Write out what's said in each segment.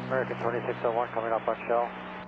American 2601 coming up on shell.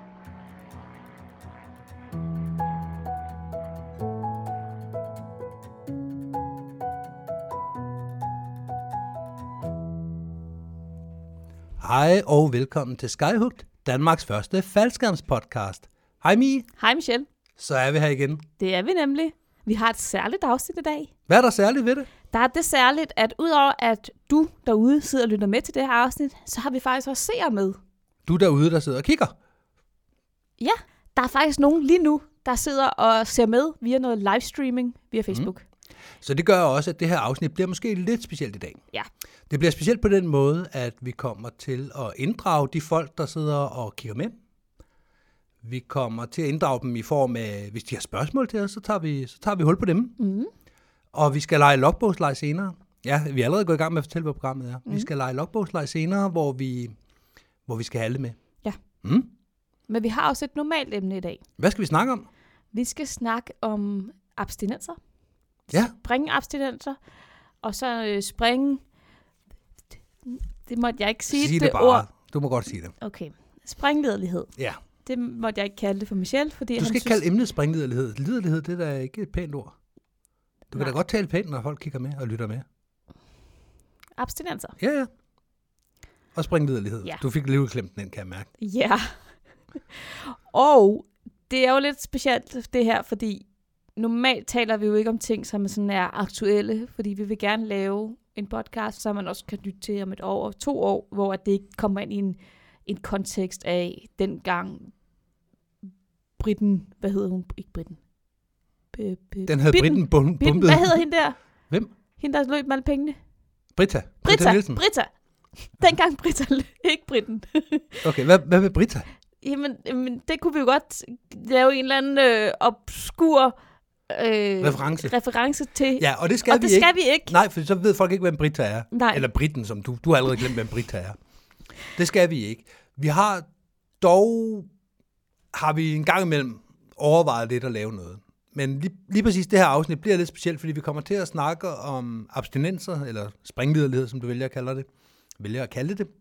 Hej og velkommen til Skyhooked, Danmarks første faldskærmspodcast. Hej Mie. Hej Michelle. Så er vi her igen. Det er vi nemlig. Vi har et særligt afsnit i dag. Hvad er der særligt ved det? Der er det særligt, at udover at du derude sidder og lytter med til det her afsnit, så har vi faktisk også seere med. Du derude, der sidder og kigger. Ja, der er faktisk nogen lige nu, der sidder og ser med via noget livestreaming via Facebook. Så det gør også, at det her afsnit bliver måske lidt specielt i dag. Ja. Det bliver specielt på den måde, at vi kommer til at inddrage de folk, der sidder og kigger med. Vi kommer til at inddrage dem i form af, hvis de har spørgsmål til os, så tager vi hul på dem. Mm. Og vi skal lege logbogsleg senere. Ja, vi er allerede gået i gang med at fortælle, hvad programmet er. Vi skal lege logbogsleg senere, hvor vi skal have alle med. Ja. Mm. Men vi har også et normalt emne i dag. Hvad skal vi snakke om? Vi skal snakke om abstinenser. Ja. Springabstinenser. Og så springe... Det måtte jeg ikke sige. Sig det bare. Ord. Du må godt sige det. Okay. Springlederlighed. Ja. Det måtte jeg ikke kalde det for Michelle, fordi Du skal ikke kalde emnet springliderlighed. Liderlighed, det er da ikke et pænt ord. Du kan da godt tale pænt, når folk kigger med og lytter med. Abstinenser. Ja. Og springliderlighed. Ja. Du fik livklemt den, kan jeg mærke. Ja. Og det er jo lidt specielt det her, fordi normalt taler vi jo ikke om ting, som sådan er aktuelle, fordi vi vil gerne lave en podcast, som man også kan lytte til om et år og 2 år, hvor det ikke kommer ind i en kontekst af dengang Britten, hvad hedder hun? Ikke Britten. Den havde Britten bumpet. Hvad hedder hende der? Hvem? Hende, der løb med alle pengene. Britta Nielsen. Britta. Dengang Britta, ikke Britten. Okay, hvad med Britta? Jamen, det kunne vi jo godt lave en eller anden obskur reference til. Ja, og det skal vi ikke. Nej, for så ved folk ikke, hvem Britta er. Nej. Eller Britten, som du har allerede glemt, hvem Britta er. Det skal vi ikke. Vi har vi en gang imellem overvejet lidt at lave noget. Men lige præcis det her afsnit bliver lidt specielt, fordi vi kommer til at snakke om abstinenser, eller springliderlighed, som du vælger at kalde det.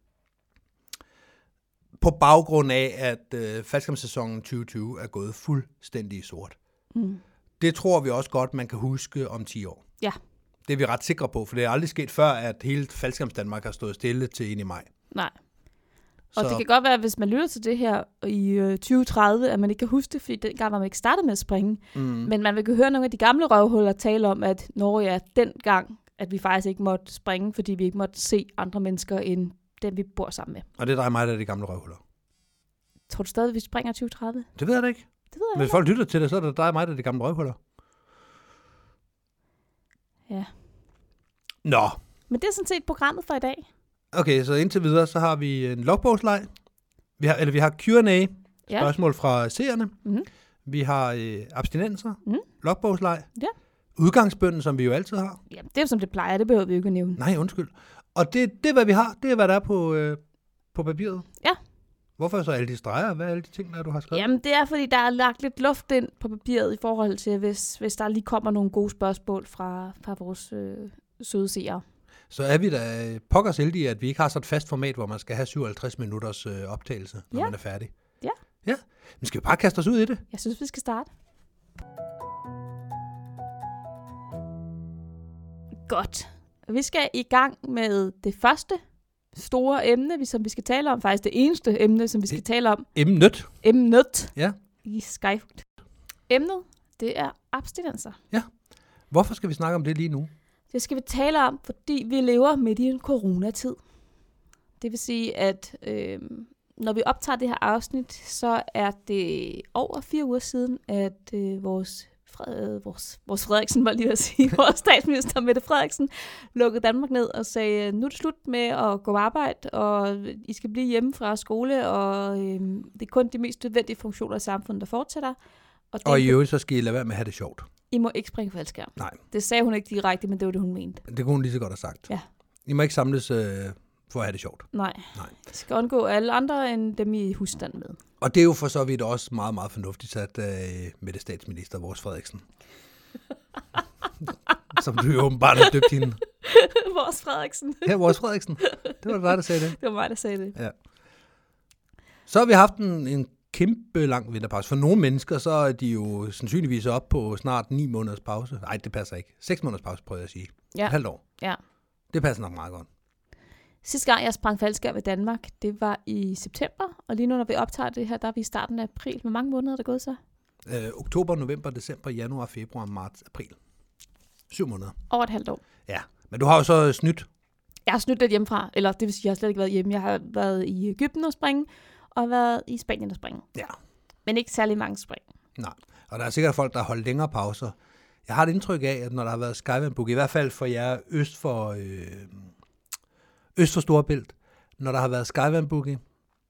På baggrund af, at faldskærmssæsonen 2020 er gået fuldstændig sort. Mm. Det tror vi også godt, man kan huske om 10 år. Ja. Det er vi ret sikre på, for det er aldrig sket før, at hele faldskærmsdanmark har stået stille til ind i maj. Nej. Og det kan godt være, at hvis man lytter til det her i 2030, at man ikke kan huske det, fordi dengang var man ikke startet med at springe. Mm. Men man vil kunne høre nogle af de gamle røvhuller tale om, at dengang, at vi faktisk ikke måtte springe, fordi vi ikke måtte se andre mennesker end dem, vi bor sammen med. Og det er dig og mig, der er de gamle røvhuller. Tror du stadig, vi springer i 2030? Det ved jeg da ikke. Det ved jeg. Men hvis folk lytter til det, så er det dig og mig, der er de gamle røvhuller. Ja. Nå. Men det er sådan set programmet for i dag. Okay, så indtil videre, så har vi en logbogsleg. Vi har Q&A, spørgsmål fra seerne. Mm-hmm. Vi har abstinenser, logbogsleg. Ja. Udgangsbønnen, som vi jo altid har. Ja, det er jo som det plejer, det behøver vi jo ikke at nævne. Nej, undskyld. Og det er, hvad vi har. Det er, hvad der er på papiret. Ja. Hvorfor så alle de streger? Hvad er alle de ting, der du har skrevet? Jamen, det er, fordi der er lagt lidt luft ind på papiret i forhold til, hvis der lige kommer nogle gode spørgsmål fra vores søde seere. Så er vi da pokkers heldige, at vi ikke har sådan et fast format, hvor man skal have 57 minutters optagelse, når man er færdig. Ja. Ja. Men skal vi bare kaste os ud i det? Jeg synes, vi skal starte. Godt. Vi skal i gang med det første store emne, som vi skal tale om. Faktisk det eneste emne, som vi skal tale om. Emnet. Ja. I Skyhooked. Emnet, det er abstinenser. Ja. Hvorfor skal vi snakke om det lige nu? Det skal vi tale om, fordi vi lever midt i en coronatid. Det vil sige, at når vi optager det her afsnit, så er det over 4 uger siden, at vores Frederiksen, var lige at sige, vores statsminister Mette Frederiksen, lukkede Danmark ned og sagde, nu er det slut med at gå på arbejde, og I skal blive hjemme fra skole, og det er kun de mest nødvendige funktioner i samfundet, der fortsætter. Og i øvrigt, så skal I lade være med at have det sjovt. I må ikke springe faldskærm. Nej. Det sagde hun ikke direkte, men det var det, hun mente. Det kunne hun lige så godt have sagt. Ja. I må ikke samles for at have det sjovt. Nej. Vi skal undgå alle andre end dem i husstand med. Og det er jo for så vidt også meget, meget fornuftigt sat med det statsminister, vores Frederiksen. Som du jo åbenbart har døbt hende. Vores Frederiksen. Ja, vores Frederiksen. Det var dig, der sagde det. Det var mig, der sagde det. Ja. Så har vi haft en kæmpe lang vinterpause. For nogle mennesker, så er de jo sandsynligvis oppe på snart 9 måneders pause. Nej, det passer ikke. 6 måneders pause, prøver jeg at sige. Ja. Et halvt år. Ja. Det passer nok meget godt. Sidste gang, jeg sprang faldskærm i Danmark, det var i september. Og lige nu, når vi optager det her, der er vi i starten af april. Hvor mange måneder er der gået så? Oktober, november, december, januar, februar, marts, april. 7 måneder. Over et halvt år. Ja, men du har jo så snydt. Jeg har snydt lidt hjemmefra. Eller det vil sige, jeg har slet ikke været hjemme. Jeg har været i Egypten og springe, og været i Spanien og springe. Ja. Men ikke særlig mange spring. Nej, og der er sikkert folk, der har holdt længere pauser. Jeg har et indtryk af, at når der har været Skyway-book, i hvert fald for jer øst for Storebælt, når der har været Skyway-booking,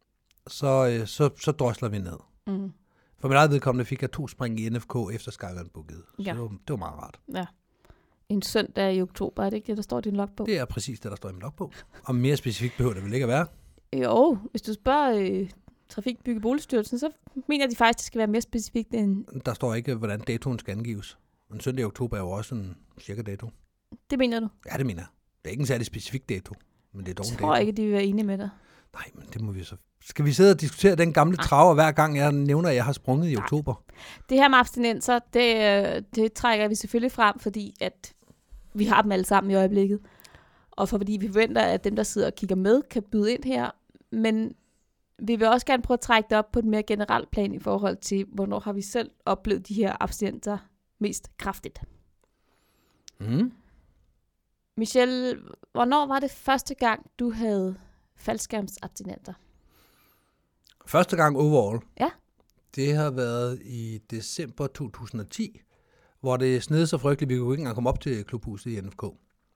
så drosler vi ned. Mm. For mit eget vedkommende fik jeg 2 spring i NFK efter Skyway-booket. Så Ja. det var meget rart. Ja. En søndag i oktober, er det ikke det, der står i din logbog? Det er præcis det, der står i min logbog. Og mere specifikt behøver det vel ikke at være. Jo, hvis du spørger Trafik, Bygge- og Boligstyrelsen, så mener de faktisk, det skal være mere specifikt end... Der står ikke, hvordan datoen skal angives. En søndag i oktober er jo også en cirka dato. Det mener du? Ja, det mener jeg. Det er ikke en særlig specifik dato, men det er dog en Jeg dato. tror ikke, de vil være enige med dig. Nej, men det må vi så... Skal vi sidde og diskutere den gamle traver, hver gang jeg nævner, at jeg har sprunget i oktober? Det her med abstinenser, det trækker vi selvfølgelig frem, fordi at vi har dem alle sammen i øjeblikket. Og fordi vi forventer, at dem, der sidder og kigger med, kan byde ind her. Men vi vil også gerne prøve at trække det op på et mere generelt plan i forhold til, hvornår har vi selv oplevet de her abstinenser mest kraftigt. Mm. Michelle, hvornår var det første gang, du havde faldskærmsabstinenser? Første gang overall. Ja. Det har været i december 2010, hvor det sned så frygteligt, vi kunne ikke engang komme op til klubhuset i NFK.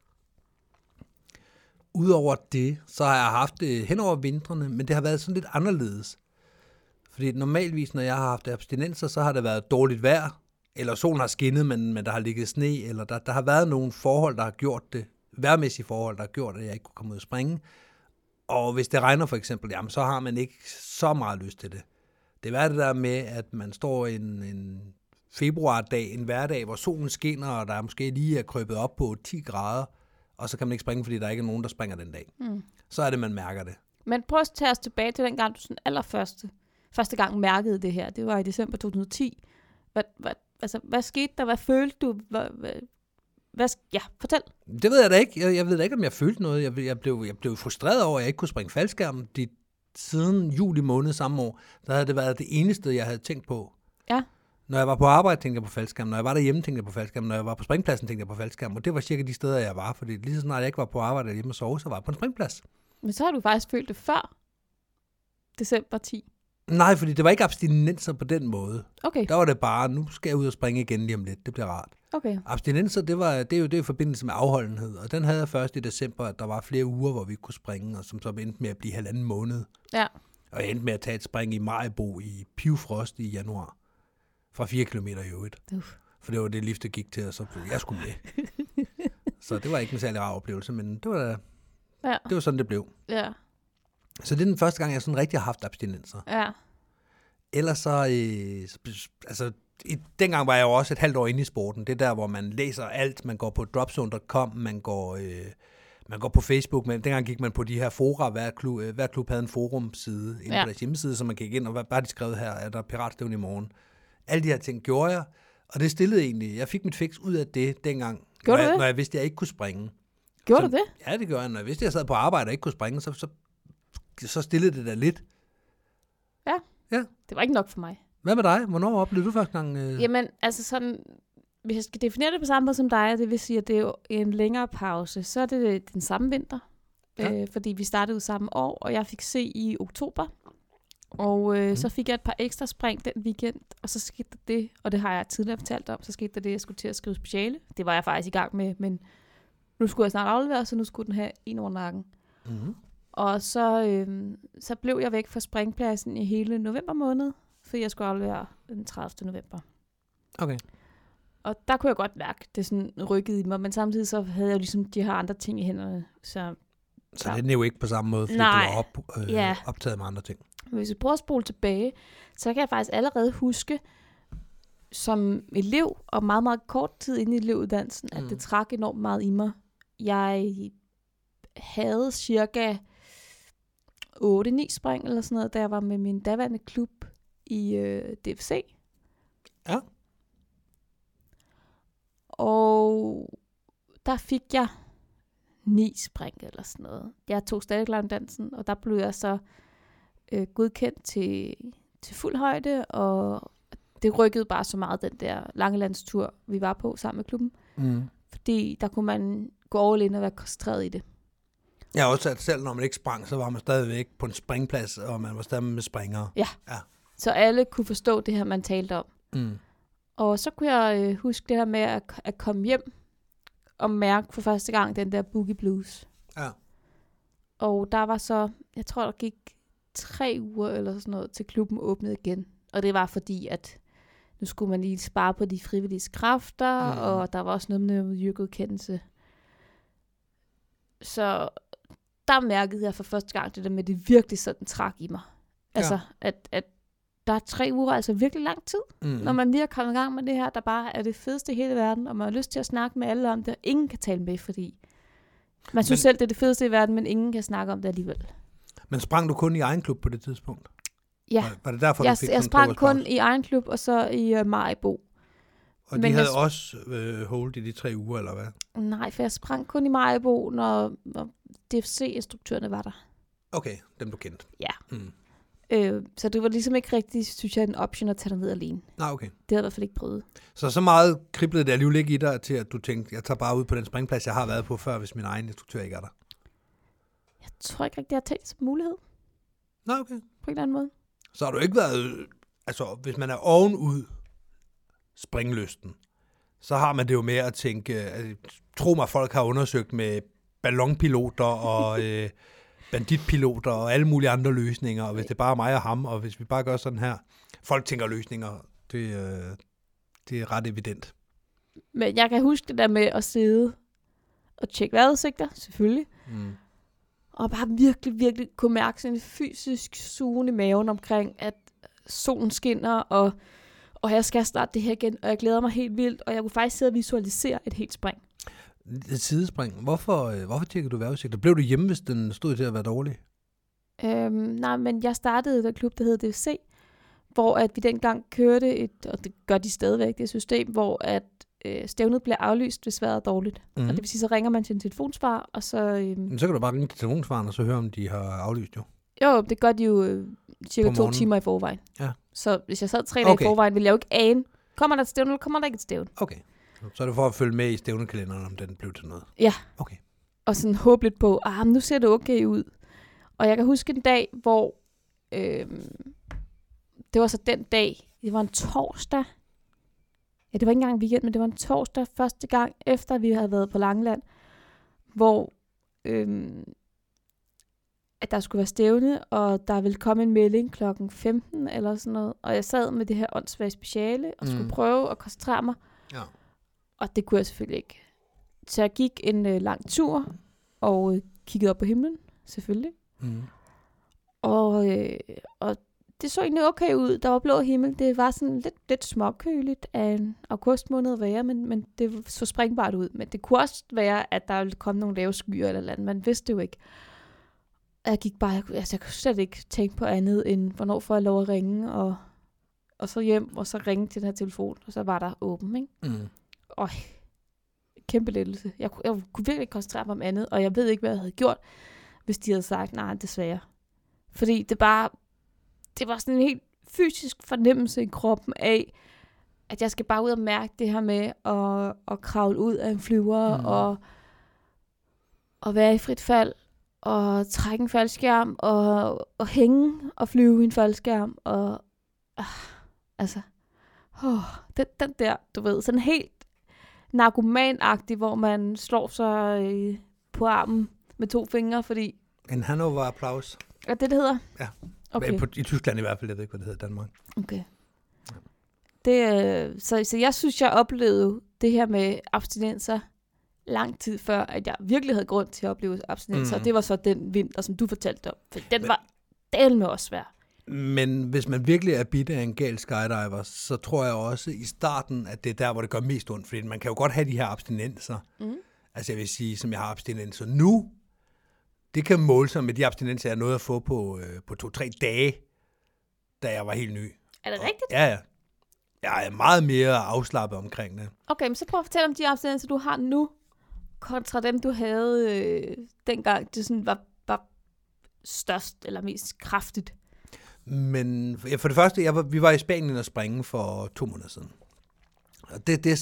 Udover det, så har jeg haft det hen over vintrene, men det har været sådan lidt anderledes. Fordi normalvis, når jeg har haft abstinenser, så har det været dårligt vejr, eller solen har skinnet, men der har ligget sne, eller der har været nogle forhold, der har gjort det, vejrmæssige forhold, der har gjort, at jeg ikke kunne komme ud og springe. Og hvis det regner for eksempel, jamen, så har man ikke så meget lyst til det. Det er det der med, at man står en februardag, en hverdag, hvor solen skinner, og der måske lige er krøbet op på 10 grader, og så kan man ikke springe, fordi der ikke er nogen, der springer den dag. Mm. Så er det, man mærker det. Men prøv at tage os tilbage til den gang, du sådan første gang mærkede det her. Det var i december 2010. Hvad skete der? Hvad følte du? Fortæl. Det ved jeg da ikke. Jeg ved da ikke, om jeg følte noget. Jeg blev frustreret over, at jeg ikke kunne springe faldskærm. Siden juli måned samme år, der havde det været det eneste, jeg havde tænkt på. Ja. Når jeg var på arbejde, tænkte jeg på faldskærm. Når jeg var derhjemme, tænkte jeg på faldskærm. Når jeg var på springpladsen, tænkte jeg på faldskærm. Og det var cirka de steder, jeg var. Fordi lige så snart jeg ikke var på arbejde eller hjemme og sove, så var jeg på en springplads. Men så har du faktisk følt det før december 10. Nej, fordi det var ikke abstinenser på den måde. Okay. Der var det bare, nu skal jeg ud og springe igen lige om lidt. Det bliver rart. Okay. Abstinenser, det er jo det i forbindelse med afholdenhed. Og den havde jeg først i december, at der var flere uger, hvor vi ikke kunne springe, og som så endte med at blive 1,5 måned. Ja. Og jeg endte med at tage et spring i Maribo i pivfrost i januar. Fra 4 kilometer i øvrigt. For det var det lift, det gik til, og så blev jeg sgu med. Så det var ikke en særlig rar oplevelse, men det var sådan, det blev. Ja. Så det er den første gang, jeg sådan rigtig har haft abstinenser. Ja. Ellers så, dengang var jeg jo også et halvt år inde i sporten. Det er der, hvor man læser alt. Man går på dropzone.com, man går på Facebook. Men dengang gik man på de her fora. Hver klub havde en forumside inde på deres hjemmeside, så man gik ind, og hvad bare de skrev her, er der piratstævne i morgen. Alle de her ting gjorde jeg, og det stillede egentlig. Jeg fik mit fix ud af det dengang, når jeg vidste, at jeg ikke kunne springe. Gjorde du det? Ja, det gjorde jeg. Når jeg vidste, at jeg sad på arbejde og ikke kunne springe, så stillede det da lidt. Ja. Ja. Det var ikke nok for mig. Hvad med dig? Hvornår oplevede du første gang? Jamen, altså sådan, hvis jeg skal definere det på samme måde som dig, det vil sige, at det er jo en længere pause, så er det den samme vinter. Ja. Fordi vi startede samme år, og jeg fik se i oktober. Og så fik jeg et par ekstra spring den weekend, og så skete der det, og det har jeg tidligere fortalt om, så skete der det, jeg skulle til at skrive speciale. Det var jeg faktisk i gang med, men nu skulle jeg snart aflevere, så nu skulle den have en over nakken. Mm-hmm. Og så blev jeg væk fra springpladsen i hele november måned, for jeg skulle aflevere den 30. november. Okay. Og der kunne jeg godt mærke, det sådan rykkede i mig, men samtidig så havde jeg ligesom de her andre ting i hænderne. Så det er jo ikke på samme måde, fordi du er optaget med andre ting. Hvis vi prøver at spole tilbage, så kan jeg faktisk allerede huske, som elev, og meget, meget kort tid inde i elevuddannelsen, at det trak enormt meget i mig. Jeg havde cirka 8-9 spring eller sådan noget, da jeg var med min daværende klub i DFC. Ja. Og der fik jeg 9 spring eller sådan noget. Jeg tog stadig Langedansen, og der blev jeg så godkendt til fuld højde, og det rykkede bare så meget, den der Langelandstur, vi var på sammen med klubben. Fordi der kunne man gå all in og være koncentreret i det. Ja, også at selv når man ikke sprang, så var man stadigvæk på en springplads, og man var stadig med springere. Ja. Så alle kunne forstå det her, man talte om. Og så kunne jeg huske det her med at komme hjem og mærke for første gang den der Boogie Blues. Ja. Og der var så, jeg tror der gik 3 uger eller sådan noget, til klubben åbnede igen. Og det var fordi, at nu skulle man lige spare på de frivillige kræfter, og der var også noget med miljøgodkendelse. Så der mærkede jeg for første gang det der med, det virkelig sådan trak i mig. Altså, at der er 3 uger, altså virkelig lang tid, når man lige er kommet i gang med det her, der bare er det fedeste i hele verden, og man har lyst til at snakke med alle om det, og ingen kan tale med, fordi man synes selv, det er det fedeste i verden, men ingen kan snakke om det alligevel. Men sprang du kun i egen klub på det tidspunkt? Ja, var det derfor, du fik jeg sprang kun i egen klub, og så i Maribo. Og de havde også hold i de 3 uger, eller hvad? Nej, for jeg sprang kun i Maribo, når DFC-instruktørerne var der. Okay, dem du kendte. Ja. Så det var ligesom ikke rigtig, synes jeg, en option at tage dig ned alene. Nej, okay. Det havde jeg i hvert fald ikke prøvet. Så meget kriblede det alligevel ikke i dig til, at du tænkte, jeg tager bare ud på den springplads, jeg har været på før, hvis min egen instruktør ikke er der? Jeg tror ikke rigtig, jeg har tænkt som mulighed. Nej, okay. På en eller anden måde. Så har du ikke været, altså hvis man er ovenud springlysten, så har man det jo med at tænke, tro mig, folk har undersøgt med ballonpiloter og banditpiloter og alle mulige andre løsninger, og hvis det bare er mig og ham, og hvis vi bare gør sådan her, folk tænker løsninger, det er ret evident. Men jeg kan huske det der med at sidde og tjekke vejrudsigter, selvfølgelig, og bare virkelig, virkelig kunne mærke sådan en fysisk sugen i maven omkring, at solen skinner, og jeg skal starte det her igen, og jeg glæder mig helt vildt, og jeg kunne faktisk sidde og visualisere et helt spring. Et sidespring. Hvorfor tjekkede du vejrudsigter? Blev du hjemme, hvis den stod til at være dårlig? Nej, men jeg startede et klub, der hed DFC, hvor at vi dengang kørte og det gør de stadigvæk, det system, hvor at stævnet bliver aflyst, hvis vejret er dårligt. Og det vil sige, så ringer man til en telefonsvarer, og så... Men så kan du bare ringe til telefonsvaren, og så høre, om de har aflyst jo. Jo, det gør de jo cirka 2 timer i forvejen. Ja. Så hvis jeg sad 3 dage i forvejen, ville jeg jo ikke ane, kommer der et stævne, eller kommer der ikke et stævne? Okay. Så er det for at følge med i stævnekalenderen, om den blev til noget? Ja. Okay. Og sådan håbe lidt på, nu ser det okay ud. Og jeg kan huske en dag, hvor det var så den dag, det var en torsdag. Ja, det var ikke engang en weekend, men det var en torsdag første gang, efter vi havde været på Langeland, hvor at der skulle være stævne, og der ville komme en melding klokken 15 eller sådan noget. Og jeg sad med det her åndssvage speciale, og skulle prøve at koncentrere mig. Ja. Og det kunne jeg selvfølgelig ikke. Så jeg gik en lang tur, og kiggede op på himlen, selvfølgelig. Og det så egentlig okay ud. Der var blå himmel. Det var sådan lidt småkøligt af en augustmåned at være, men det så springbart ud. Men det kunne også være, at der ville komme nogle lave skyer eller andet. Man vidste det jo ikke. Jeg gik bare, jeg kunne slet ikke tænke på andet, end hvornår får jeg lov at ringe, og så hjem, og så ringe til den her telefon, og så var der åben, ikke? Kæmpe lettelse. Jeg kunne virkelig ikke koncentrere mig om andet, og jeg ved ikke, hvad jeg havde gjort, hvis de havde sagt, nej, desværre. Fordi det var sådan en helt fysisk fornemmelse i kroppen af, at jeg skal bare ud og mærke det her med at kravle ud af en flyver, og være i frit fald, og trække en faldskærm, og hænge og flyve i en faldskærm, og den der, du ved, sådan helt narkomanagtig, hvor man slår sig på armen med 2 fingre, fordi... En Hannover-applaus. Er det hedder? Ja, okay. I Tyskland i hvert fald, jeg ved ikke, hvad det hedder i Danmark. Okay. Så jeg synes, jeg oplevede det her med abstinenser lang tid før, at jeg virkelig havde grund til at opleve abstinenser, og det var så den vinter, som du fortalte om. For den var delme også svær. Men hvis man virkelig er bidt af en gal skydiver, så tror jeg også i starten, at det er der, hvor det gør mest ondt, fordi man kan jo godt have de her abstinenser. Altså jeg vil sige, som jeg har abstinenser nu, det kan måle sig med de abstinenser, jeg nåede at få på 2-3 dage, da jeg var helt ny. Er det rigtigt? Ja. Jeg er meget mere afslappet omkring det. Okay, men så prøv at fortælle om de abstinenser, du har nu, kontra dem, du havde dengang, det sådan var størst eller mest kraftigt. Men for det første, vi var i Spanien og springe for 2 måneder siden. Og det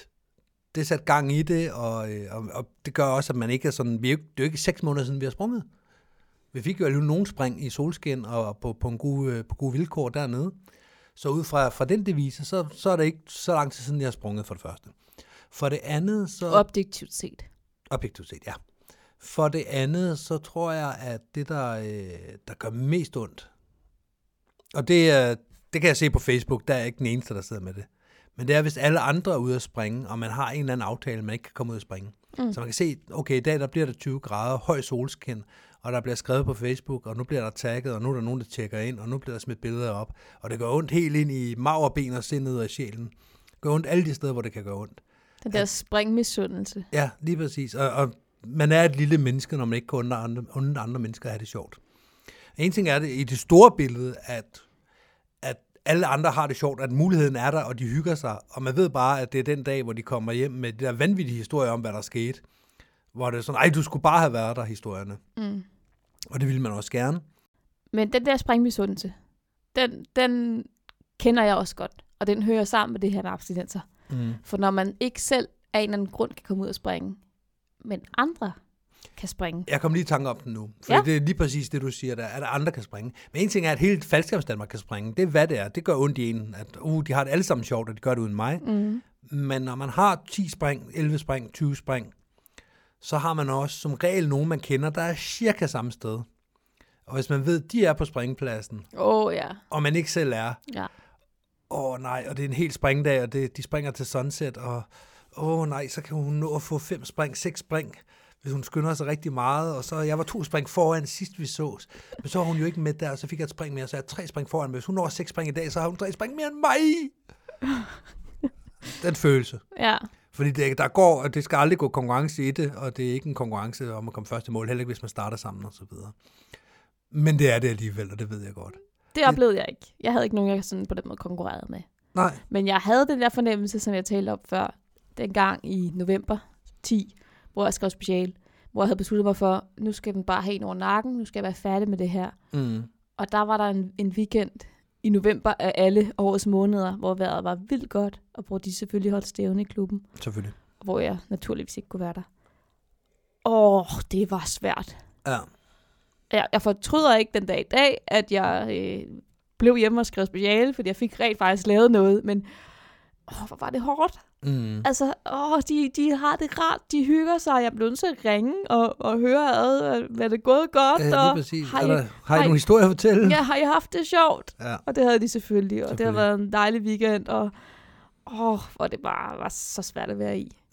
sat gang i det, og det gør også, at man ikke er sådan... Det er jo ikke 6 måneder siden, vi har sprunget. Vi fik jo alligevel nogen spring i solskin og på gode vilkår dernede. Så ud fra den devise, så er det ikke så lang tid siden, jeg har sprunget for det første. For det andet, så... Objektivt set, ja. For det andet, så tror jeg, at det, der gør mest ondt, og det kan jeg se på Facebook, der er ikke den eneste, der sidder med det. Men det er, hvis alle andre er ude at springe, og man har en eller anden aftale, man ikke kan komme ud at springe. Så man kan se, okay, i dag der bliver der 20 grader, høj solskin, og der bliver skrevet på Facebook, og nu bliver der tagget, og nu er der nogen, der tjekker ind, og nu bliver der smidt billeder op. Og det gør ondt helt ind i marv og ben og sindet og sjælen. Det gør ondt alle de steder, hvor det kan gøre ondt. Den der springmisundelse. Ja, lige præcis. Og man er et lille menneske, når man ikke kan undre andre mennesker at have det sjovt. En ting er det i det store billede, at alle andre har det sjovt, at muligheden er der, og de hygger sig. Og man ved bare, at det er den dag, hvor de kommer hjem med de der vanvittige historier om, hvad der skete. Hvor det er sådan, du skulle bare have været der, historierne. Og det ville man også gerne. Men den der springmisundelse, den kender jeg også godt. Og den hører sammen med det her med abstinenser. For når man ikke selv af en eller anden grund kan komme ud og springe, men andre kan springe. Jeg kom lige i tanke om den nu. For det er lige præcis det, du siger der, at andre kan springe. Men en ting er, at hele faldskærmsdanmark kan springe. Det er, hvad det er. Det gør ondt i en. At, de har det alle sammen sjovt, og de gør det uden mig. Men når man har 10 spring, 11 spring, 20 spring, så har man også som regel nogen, man kender, der er cirka samme sted. Og hvis man ved, de er på springpladsen, og man ikke selv er, nej, og det er en helt springdag, og de springer til sunset, og nej, så kan hun nå at få 5 spring, 6 spring, hvis hun skynder sig rigtig meget, og så jeg var 2 spring foran sidst vi sås, men så var hun jo ikke med der, og så fik jeg et spring mere, så jeg er 3 spring foran, men hvis hun når 6 spring i dag, så har hun 3 spring mere end mig. Den følelse. Ja. Fordi det skal aldrig gå konkurrence i det, og det er ikke en konkurrence om at komme først i mål, heller ikke hvis man starter sammen og så videre. Men det er det alligevel, og det ved jeg godt. Det oplevede jeg ikke. Jeg havde ikke nogen, jeg sådan på den måde konkurrerede med. Nej. Men jeg havde den der fornemmelse, som jeg talte om før, dengang i november 10, hvor jeg skrev special, hvor jeg havde besluttet mig for, nu skal den bare have en over nakken, nu skal jeg være færdig med det her. Og der var der en weekend i november af alle årets måneder, hvor vejret var vildt godt, og hvor de selvfølgelig holdt stævne i klubben. Selvfølgelig. Hvor jeg naturligvis ikke kunne være der. Det var svært. Ja. Jeg fortryder ikke den dag i dag, at jeg blev hjemme og skrev speciale, fordi jeg fik rent faktisk lavet noget, men hvor var det hårdt. Altså, de har det rart, de hygger sig, jeg blev nødt til at ringe og høre, hvad det er gået godt. Ja, lige præcis. Har I nogle historier at fortælle? Ja, har I haft det sjovt? Ja. Og det havde de selvfølgelig, og det har været en dejlig weekend, og hvor det bare var så svært at være i.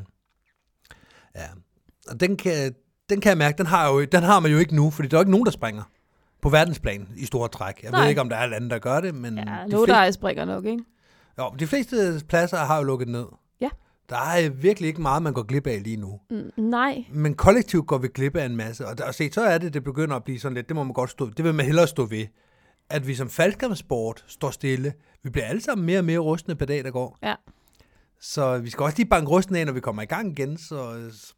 Ja, og den kan jeg mærke, den har man jo ikke nu, fordi der er ikke nogen, der springer på verdensplan i store træk. Jeg ved ikke, om der er lande, der gør det, men... Ja, der springer nok, ikke? Jo, de fleste pladser har jo lukket ned. Ja. Der er virkelig ikke meget, man går glip af lige nu. Nej. Men kollektivt går vi glip af en masse, og så er det begynder at blive sådan lidt, det må man godt det vil man hellere stå ved, at vi som faldskærmssport står stille. Vi bliver alle sammen mere og mere rustne på dag, der går. Ja. Så vi skal også lige banke rusten af, når vi kommer i gang igen, så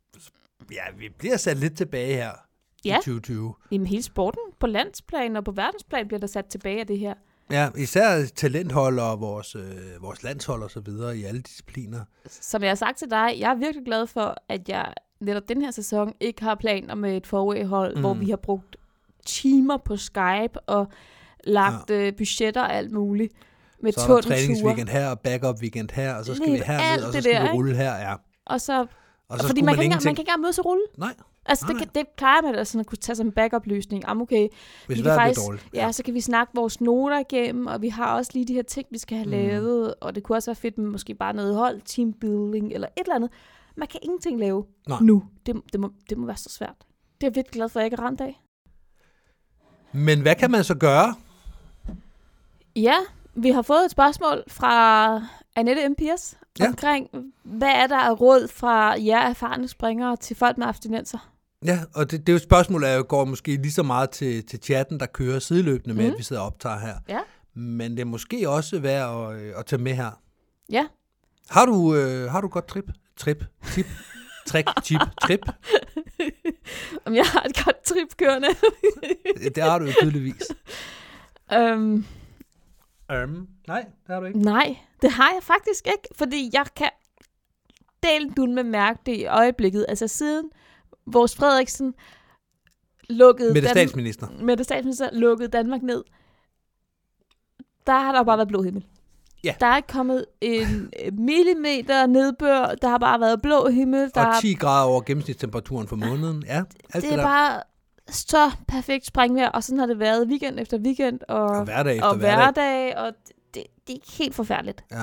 vi bliver sat lidt tilbage her i 2020. Jamen hele sporten på landsplan og på verdensplan bliver der sat tilbage af det her. Ja, især talenthold og vores landshold og så videre i alle discipliner. Som jeg har sagt til dig, jeg er virkelig glad for, at jeg netop den her sæson ikke har planer med et forway-hold, hvor vi har brugt timer på Skype og lagt budgetter og alt muligt. Med så er der træningsweekend her og backup-weekend her, og så skal vi herned, og så skal vi rulle her. Ja. Og så fordi man kan ikke engang mødes og rulle. Nej. Altså, det plejer man at kunne tage som en backup-løsning. Okay, hvis vejret bliver dårligt. Ja, så kan vi snakke vores noter igennem, og vi har også lige de her ting, vi skal have lavet, og det kunne også være fedt med måske bare noget hold, teambuilding eller et eller andet. Man kan ingenting lave nu. Det må være så svært. Det er jeg virkelig glad for, at jeg ikke er ramt af. Men hvad kan man så gøre? Ja, vi har fået et spørgsmål fra Annette MPS omkring, hvad er der af råd fra jer erfarne springere til folk med abstinenser? Ja, og det er jo spørgsmålet, går måske lige så meget til chatten, der kører sideløbende med, at vi sidder og optager her. Ja. Men det er måske også værd at tage med her. Ja. Har du godt trip? Trip? Tip? Trik? Chip? Trip? Om jeg har et godt trip kørende? Det har du jo tydeligvis. Nej, det har du ikke. Nej, det har jeg faktisk ikke, fordi jeg kan dele med mærke det i øjeblikket. Altså siden vores Frederiksen lukkede Mette statsminister lukkede Danmark ned, der har der bare været blå himmel. Ja. Der er ikke kommet en millimeter nedbør, der har bare været blå himmel. Og 10 grader over gennemsnitstemperaturen for måneden. Ja, alt det er bare så perfekt springvejr, og sådan har det været weekend efter weekend. Og hverdag efter hverdag, og det er helt forfærdeligt. Ja.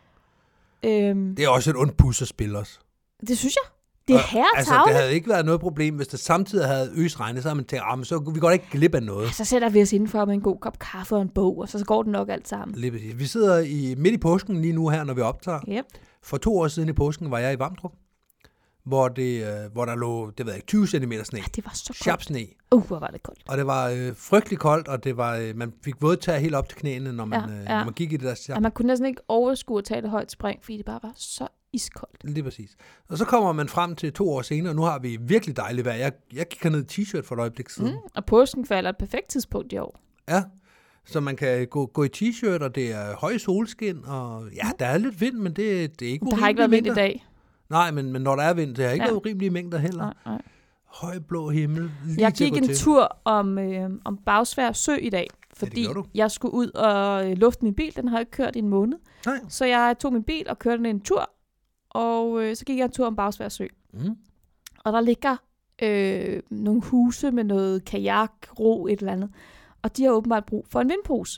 Det er også et ondt pus at spille os. Det synes jeg. Det er herretavle. Det havde ikke været noget problem, hvis det samtidig havde øsregnet, så havde man tænkt, men så vi går ikke glip af noget. Ja, så sætter vi os indenfor med en god kop kaffe og en bog, og så går det nok alt sammen. Lige præcis. Vi sidder midt i påsken lige nu her, når vi optager. Yep. For 2 år siden i påsken var jeg i Vamdrup, hvor der lå, 20 cm sne. Ja, det var så koldt. Sharp sne. Hvor var det koldt. Og det var frygtelig koldt, og det var, man fik vådtager helt op til knæene, når man gik i det der. Ja, man kunne næsten ikke overskue at tage det højt spring, fordi det bare var så iskoldt. Lige præcis. Og så kommer man frem til 2 år senere, og nu har vi virkelig dejligt vejr. Jeg gik ned i t-shirt for et øjeblik siden. Og påsken falder et perfekt tidspunkt i år. Ja, så man kan gå i t-shirt, og det er høj solskin, og ja, der er lidt vind, men det er ikke urimelige Der har ikke været vind i dag. Nej, men når der er vind, det har ikke været urimelige mængder heller. Nej. Høj blå himmel. Jeg gik en tur om Bagsværd Sø i dag, fordi jeg skulle ud og lufte min bil. Den har ikke kørt i en måned. Nej. Så jeg tog min bil og kørte den en tur, og så gik jeg en tur om Bagsværd Sø. Og der ligger nogle huse med noget kajak, ro, et eller andet. Og de har åbenbart brug for en vindpose.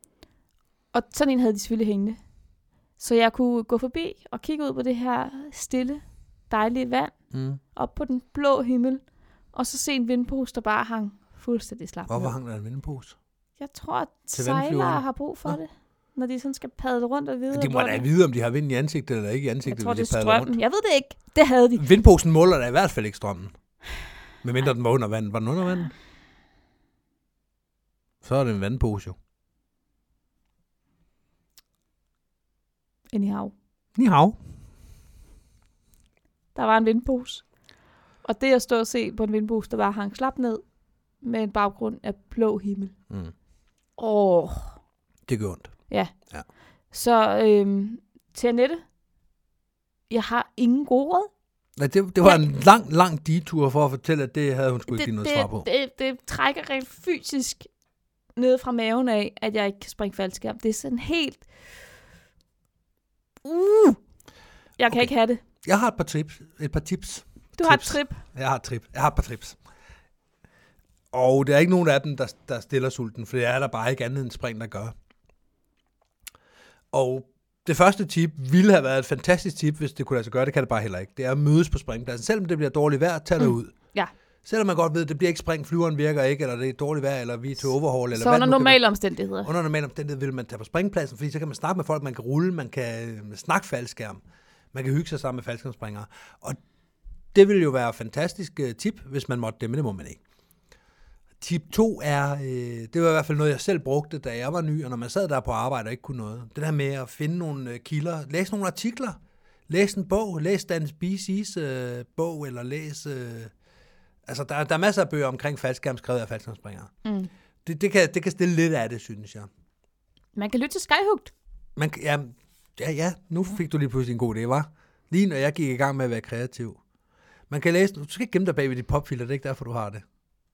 Og sådan en havde de selvfølgelig hængende. Så jeg kunne gå forbi og kigge ud på det her stille, dejlige vand, op på den blå himmel, og så se en vindpose, der bare hang fuldstændig slap. Hvorfor hang der en vindpose? Jeg tror, at sejlere har brug for det, når de sådan skal padle rundt og videre. De må da vide, om de har vind i ansigtet eller ikke i ansigtet. Jeg tror, det er strømmen. Jeg ved det ikke. Det havde de. Vindposen måler da i hvert fald ikke strømmen. Medmindre den var under vandet. Var den under vandet? Så er det en vandpose jo. Anyhow. Anyhow. Der var en vindpose. Og det at stå og se på en vindpose, der bare hang slap ned med en baggrund af blå himmel. Det gør ondt. Ja. Så til Annette, jeg har ingen gode råd. Nej, det var en lang detur for at fortælle, at det havde hun sgu ikke give noget svar på. Det trækker rent fysisk ned fra maven af, at jeg ikke kan springe faldskærm. Det er sådan helt... Jeg kan ikke have det. Jeg har et par tips. Du har et trip? Jeg har et par trips. Og der er ikke nogen af dem, der stiller sulten, for det er der bare ikke andet end spring, der gør. Og det første tip ville have været et fantastisk tip, hvis det kunne lade sig gøre. Det kan det bare heller ikke. Det er at mødes på springpladsen. Selvom det bliver dårligt vejr, tag det ud. Ja. Selvom man godt ved, at det bliver ikke spring, flyveren virker ikke, eller det er dårligt vejr, eller vi er til overhaul. Eller så under normale omstændigheder. Under normale omstændigheder vil man tage på springpladsen, fordi så kan man snakke med folk, man kan rulle, man kan snakke faldskærm, man kan hygge sig sammen med faldskærmsspringere. Og det ville jo være et fantastisk tip, hvis man måtte det, men det må man ikke. Tip 2 er, det var i hvert fald noget, jeg selv brugte, da jeg var ny, og når man sad der på arbejde og ikke kunne noget. Det der med at finde nogle kilder, læse nogle artikler, læse en bog, læse Dan BC's bog, eller læse... altså, der er masser af bøger omkring faldskærm, skrevet af faldskærmsspringere. Det kan stille lidt af det, synes jeg. Man kan lytte til Skyhooked. Ja, nu fik du lige pludselig en god idé, hva'? Lige når jeg gik i gang med at være kreativ. Man kan læse... Du skal ikke gemme dig bag ved dit popfilter, det er ikke derfor, du har det.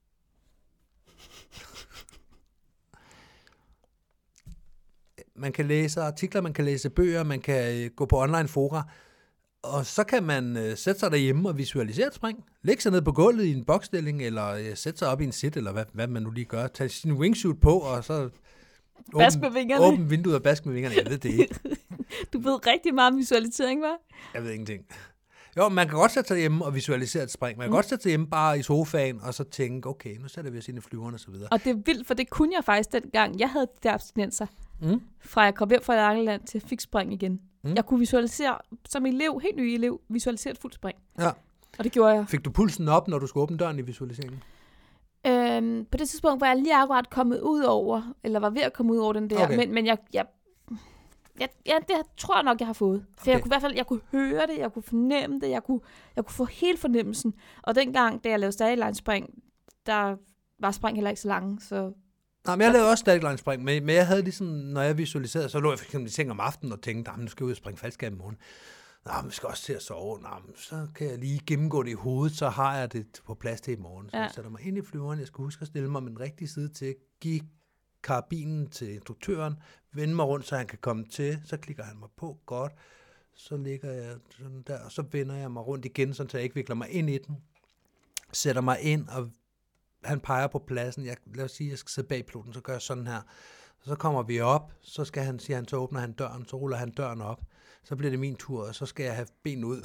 Man kan læse artikler, man kan læse bøger, man kan gå på online fora, og så kan man sætte sig derhjemme og visualisere et spring. Lægge sig ned på gulvet i en boksstilling, eller sætte sig op i en sit, eller hvad man nu lige gør. Tag sin wingsuit på, og så åbne vinduet og bask med vingerne. Jeg ved det ikke. Du ved rigtig meget om visualisering, hva'? Jeg ved ingenting. Jo, man kan godt sætte sig hjemme og visualisere et spring. Man kan godt sætte sig hjemme bare i sofaen, og så tænke, okay, nu sætter vi os ind i flyverne og så videre. Og det er vildt, for det kunne jeg faktisk dengang. Jeg havde de der abstinenser, fra jeg kom hjem fra Langeland til fik spring igen. Jeg kunne visualisere, som elev, helt ny elev, visualisere et fuldt spring. Ja, Og det gjorde jeg. Fik du pulsen op, når du skulle åbne døren i visualiseringen? På det tidspunkt var jeg lige akkurat kommet ud over, eller var ved at komme ud over den der, Okay. men jeg det tror jeg nok, jeg har fået. For Okay. jeg kunne i hvert fald, jeg kunne høre det, jeg kunne fornemme det, jeg kunne få hele fornemmelsen. Og dengang, da jeg lavede stadig line spring, der var spring heller ikke så lange, så... Nej, men jeg lavede også stadig line spring, men jeg havde ligesom, når jeg visualiserede, så lå jeg for eksempel i seng om aftenen og tænkte, nu skal jeg ud og springe faldskærm i morgen. Vi skal også til at sove. Så kan jeg lige gennemgå det i hovedet, så har jeg det på plads til i morgen. Så jeg sætter mig ind i flyveren, jeg skal huske at stille mig med den rigtige side til, give karabinen til instruktøren, vende mig rundt, så han kan komme til, så klikker han mig på, godt, så ligger jeg sådan der, og så vender jeg mig rundt igen, så jeg ikke vikler mig ind i den, sætter mig ind, og han peger på pladsen, lad os sige, jeg skal sidde bag piloten, så gør jeg sådan her, så kommer vi op, så skal han, siger han, så åbner han døren, så ruller han døren op, så bliver det min tur, og så skal jeg have benene ud.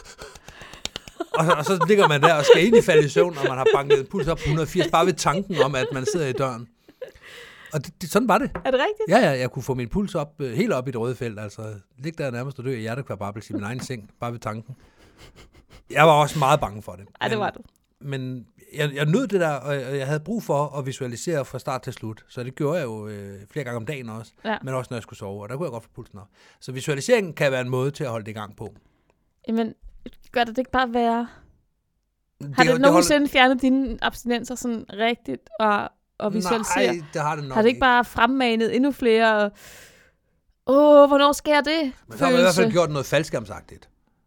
og så ligger man der og skal egentlig falde i søvn, og man har banket en puls op på 180, bare ved tanken om, at man sidder i døren. Og sådan var det. Er det rigtigt? Ja, jeg kunne få min puls op, helt op i det røde felt, altså ligge der nærmest og dø i hjertekvababbelse i min egen seng, bare ved tanken. Jeg var også meget bange for det. Ja, det var du. Men jeg nød det der, og jeg havde brug for at visualisere fra start til slut. Så det gjorde jeg jo flere gange om dagen også, men også når jeg skulle sove, og der kunne jeg godt få pulsen op. Så visualiseringen kan være en måde til at holde det i gang på. Jamen, gør det ikke bare være... Har det nogensinde fjernet dine abstinenser sådan rigtigt og visualisere? Nej, det har det nok Har det ikke bare fremmanet endnu flere... hvornår sker det? Men så har man i hvert fald gjort noget faldskærmsagtigt.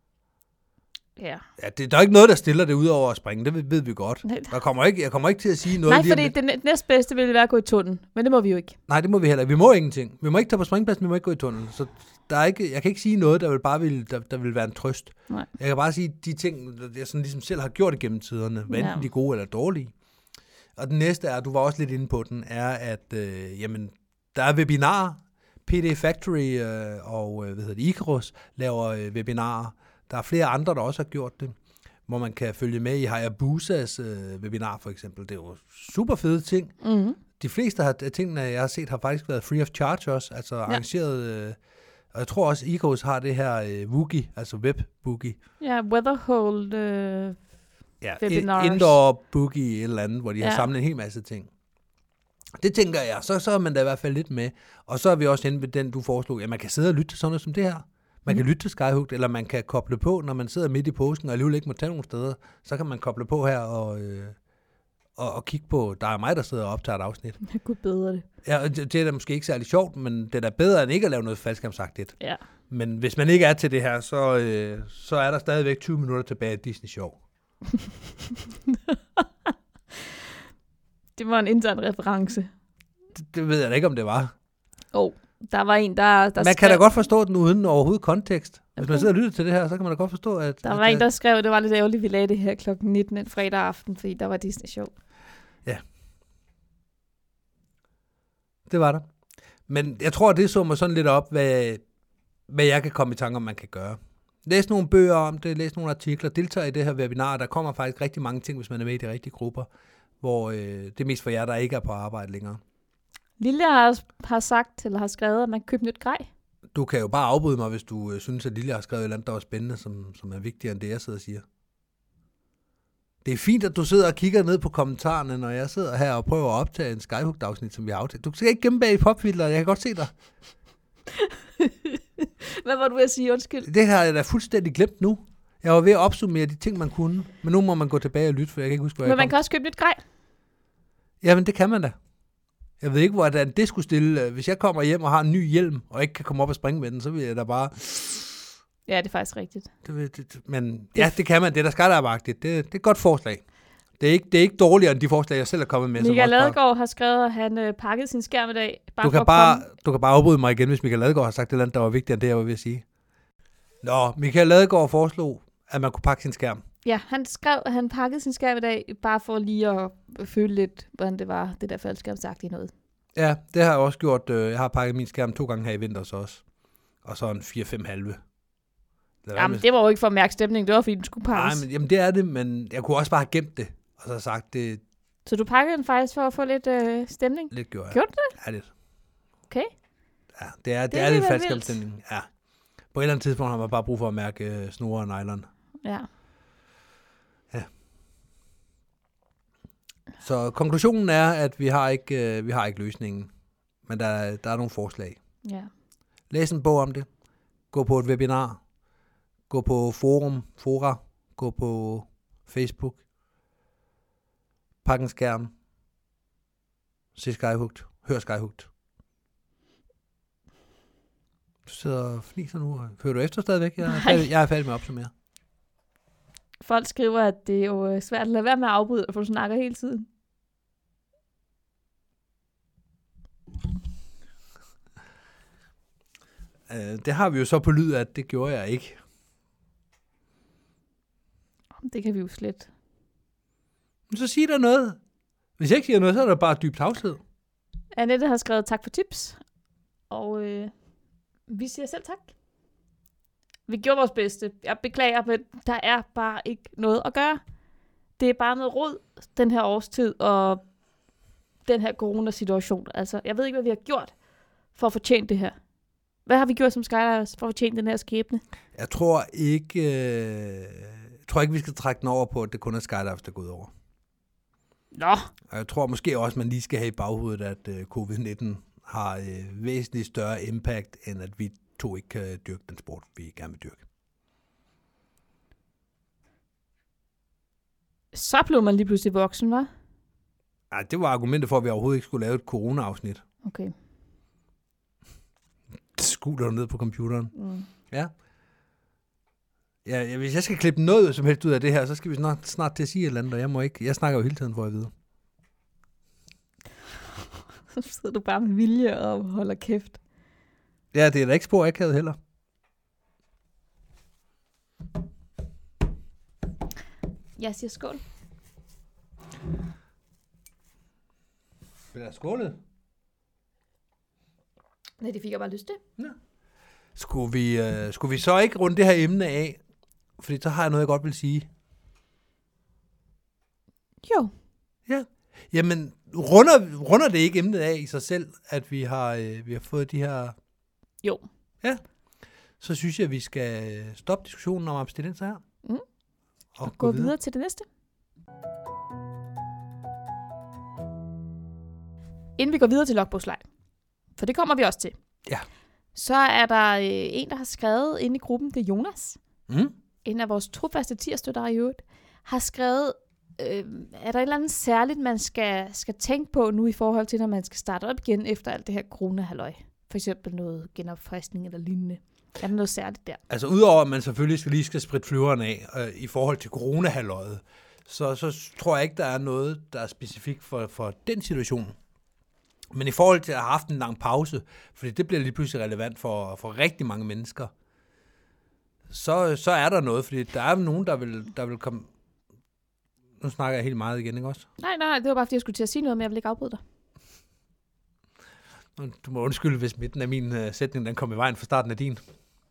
Ja. Ja, der er ikke noget, der stiller det ud over at springe. Det ved vi godt. Jeg kommer ikke til at sige noget. Nej, fordi det næstbedste ville være at gå i tunnel. Men det må vi jo ikke. Nej, det må vi heller ikke. Vi må ingenting. Vi må ikke tage på springpladsen, vi må ikke gå i tunnel. Så der er ikke, jeg kan ikke sige noget, der vil være en trøst. Nej. Jeg kan bare sige de ting, jeg sådan ligesom selv har gjort igennem tiderne, hvad enten de er gode eller dårlige. Og den næste er, du var også lidt inde på den, er, at der er webinarer. PD Factory og Icarus laver webinarer. Der er flere andre, der også har gjort det, hvor man kan følge med i Hayabusas webinar for eksempel. Det er jo super fede ting. Mm-hmm. De fleste af tingene, jeg har set, har faktisk været free of charge også, altså arrangeret. Og jeg tror også, Icarus har det her Woogie, altså web-boogie. Ja, Weatherhold webinars. Indoor boogie et eller andet, hvor de har samlet en hel masse ting. Det tænker jeg, så er man da i hvert fald lidt med. Og så er vi også inde ved den, du foreslog, at man kan sidde og lytte til sådan noget som det her. Man kan lytte til Skyhooked, eller man kan koble på, når man sidder midt i påsken og alligevel ikke må tage nogen steder. Så kan man koble på her og kigge på, der er mig, der sidder og optager et afsnit. Jeg kunne bedre det. Ja, det er da måske ikke særlig sjovt, men det er da bedre end ikke at lave noget faldskærmsagtigt. Ja. Men hvis man ikke er til det her, så er der stadigvæk 20 minutter tilbage af Disney Show. Det var en intern reference. Det ved jeg da ikke, om det var. Der var en, der man kan da godt forstå den uden overhovedet kontekst. Hvis man sidder og lytter til det her, så kan man da godt forstå, at... Der var en, der skrev, det var lidt ærgerligt, vi lagde det her klokken 19 en fredag aften, fordi der var Disney Show. Ja. Det var der. Men jeg tror, det så mig sådan lidt op, hvad jeg kan komme i tanke om, man kan gøre. Læs nogle bøger om det, læs nogle artikler, deltager i det her webinar. Der kommer faktisk rigtig mange ting, hvis man er med i de rigtige grupper, hvor det er mest for jer, der ikke er på arbejde længere. Lille har sagt, eller har skrevet, at man kan købe nyt grej. Du kan jo bare afbryde mig, hvis du synes, at Lille har skrevet et eller andet, der var spændende, som er vigtigere end det, jeg sidder og siger. Det er fint, at du sidder og kigger ned på kommentarerne, når jeg sidder her og prøver at optage en Skyhooked-afsnit, som vi har aftalt. Du skal ikke gemme bag i popfilter, jeg kan godt se dig. Hvad var du ved at sige? Undskyld. Det her er da fuldstændig glemt nu. Jeg var ved at opsummere de ting, man kunne, men nu må man gå tilbage og lytte, for jeg kan ikke huske, hvor Men man kan også købe nyt grej. Jamen, det kan man da. Jeg ved ikke, hvordan det skulle stille. Hvis jeg kommer hjem og har en ny hjelm, og ikke kan komme op og springe med den, så vil jeg da bare... Ja, det er faktisk rigtigt. Men ja, det kan man. Det er da skadabagtigt. Det er et godt forslag. Det er ikke dårligere end de forslag, jeg selv er kommet med. Michael Ladegaard har skrevet, at han pakkede sin skærm i dag. Du kan bare afbryde mig igen, hvis Michael Ladegaard har sagt et eller andet, der var vigtigere end det, jeg var ved at sige. Nå, Michael Ladegaard foreslog, at man kunne pakke sin skærm. Ja, han skrev, at han pakkede sin skærm i dag, bare for lige at føle lidt, hvordan det var, det der faldskærmsagtige noget. Ja, det har jeg også gjort. Jeg har pakket min skærm 2 gange her i vinter så også. Og så en 4-5 halve. Jamen, det var jo ikke for at mærke stemning, det var fordi den skulle pakkes. Nej, men jamen, det er det, men jeg kunne også bare have gemt det, og så sagt det. Så du pakkede den faktisk for at få lidt stemning? Lidt gjorde jeg. Gjorde du det? Ja, lidt. Okay. Ja, det er lidt faldskærmsstemning. Ja. På et eller andet tidspunkt har man bare brug for at mærke snore og nylon. Ja. Så konklusionen er, at vi har ikke løsningen, men der er nogle forslag. Ja. Læs en bog om det. Gå på et webinar. Gå på fora. Gå på Facebook. Pak en skærm. Se Skyhugt. Hør Skyhugt. Du sidder og fniser nu. Hører du efter stadigvæk? Jeg er færdig med at opsummere. Folk skriver, at det er jo svært at lade være med at afbryde, for du snakker hele tiden. Det har vi jo så på lyd, at det gjorde jeg ikke. Det kan vi jo slet. Men så sig der noget. Hvis jeg ikke siger noget, så er der bare dyb tavshed. Annette har skrevet tak for tips, og vi siger selv tak. Vi gjorde vores bedste. Jeg beklager, men der er bare ikke noget at gøre. Det er bare noget rod, den her årstid, og den her coronasituation. Altså, jeg ved ikke, hvad vi har gjort for at fortjene det her. Hvad har vi gjort som skydivers for at fortjene den her skæbne? Jeg tror ikke, vi skal trække den over på, at det kun er skydivers, der går ud over. Nå. Og jeg tror måske også, at man lige skal have i baghovedet, at covid-19 har væsentligt større impact, end at vi to ikke kan dyrke den sport, vi gerne vil dyrke. Så blev man lige pludselig voksen, hva'? Nej, det var argumentet for, at vi overhovedet ikke skulle lave et corona-afsnit. Okay. Det skuler du ned på computeren. Mm. Ja. Ja, hvis jeg skal klippe noget som helst ud af det her, så skal vi snart til at sige et eller andet, og jeg må ikke. Jeg snakker jo hele tiden, for at vide. Så sidder du bare med vilje og holder kæft. Ja, det er da ikke spor akavet heller. Jeg siger skål. Vil der skålet? Nej, det fik jeg bare lyst til. Ja. Skulle vi så ikke runde det her emne af? Fordi så har jeg noget, jeg godt vil sige. Jo. Ja. Jamen, runder det ikke emnet af i sig selv, at vi har fået de her... Jo. Ja. Så synes jeg, at vi skal stoppe diskussionen om abstinenser her. Mm. Og gå videre til det næste. Inden vi går videre til logbogsleg, for det kommer vi også til. Ja. Så er der en, der har skrevet inde i gruppen, det er Jonas. Mm. En af vores trofaste tierstøtter i øvrigt, har skrevet, er der et eller andet særligt, man skal tænke på nu i forhold til, når man skal starte op igen efter alt det her corona-halløj? For eksempel noget genopfriskning eller lignende. Er der noget særligt der? Altså udover at man selvfølgelig lige skal spritte flyveren af i forhold til corona-halløjet, så tror jeg ikke, der er noget, der er specifikt for den situation. Men i forhold til at have haft en lang pause, fordi det bliver lige pludselig relevant for rigtig mange mennesker, så er der noget, fordi der er nogen, der vil komme... Nu snakker jeg helt meget igen, ikke også? Nej, det var bare, fordi jeg skulle til at sige noget, men jeg vil ikke afbryde dig. Du må undskylde, hvis midten af min sætning den kom i vejen fra starten af din.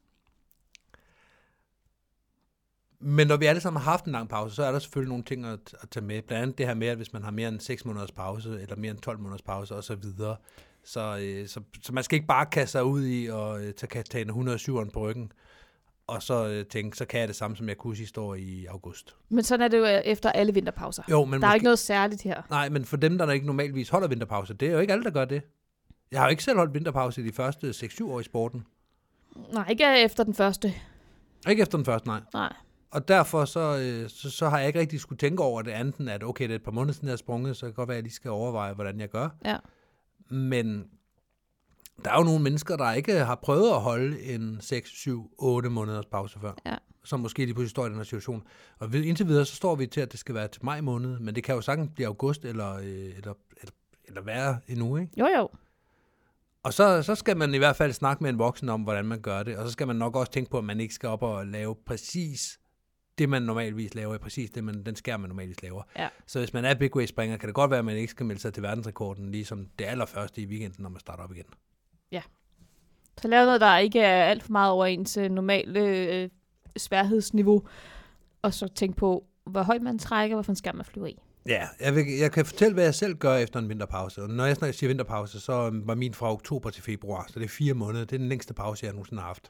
Men når vi alle sammen har haft en lang pause, så er der selvfølgelig nogle ting at tage med. Blandt andet det her med, at hvis man har mere end 6 måneders pause, eller mere end 12 måneders pause osv., så man skal ikke bare kaste sig ud i og tage kaptajn 107'eren på ryggen, og så tænke, så kan jeg det samme, som jeg kunne sidste år i august. Men sådan er det jo efter alle vinterpauser. Jo, men der er ikke noget særligt her. Nej, men for dem, der ikke normalvis holder vinterpause, det er jo ikke alle, der gør det. Jeg har jo ikke selv holdt vinterpause i de første 6-7 år i sporten. Nej, ikke efter den første. Ikke efter den første, nej. Nej. Og derfor så har jeg ikke rigtig skulle tænke over det andet end, at okay, det er et par måneder siden, jeg har sprunget, så kan det godt være, at jeg lige skal overveje, hvordan jeg gør. Ja. Men der er jo nogle mennesker, der ikke har prøvet at holde en 6, 7, 8 måneders pause før. Ja. Som måske lige pludselig står i den her situation. Og indtil videre, så står vi til, at det skal være til maj måned, men det kan jo sagtens blive august eller være endnu, ikke? Jo. Og så skal man i hvert fald snakke med en voksen om, hvordan man gør det. Og så skal man nok også tænke på, at man ikke skal op og lave præcis det, man normalvis laver, præcis den skærm, man normalvis laver. Ja. Så hvis man er big way springer, kan det godt være, at man ikke skal melde sig til verdensrekorden, ligesom det allerførste i weekenden, når man starter op igen. Ja. Så lav noget, der ikke er alt for meget over ens normale sværhedsniveau. Og så tænk på, hvor højt man trækker, hvorfor en skærm man flyver i. Ja, jeg kan fortælle, hvad jeg selv gør efter en vinterpause. Og når jeg siger vinterpause, så var min fra oktober til februar, så det er 4 måneder. Det er den længste pause, jeg nogensinde har haft.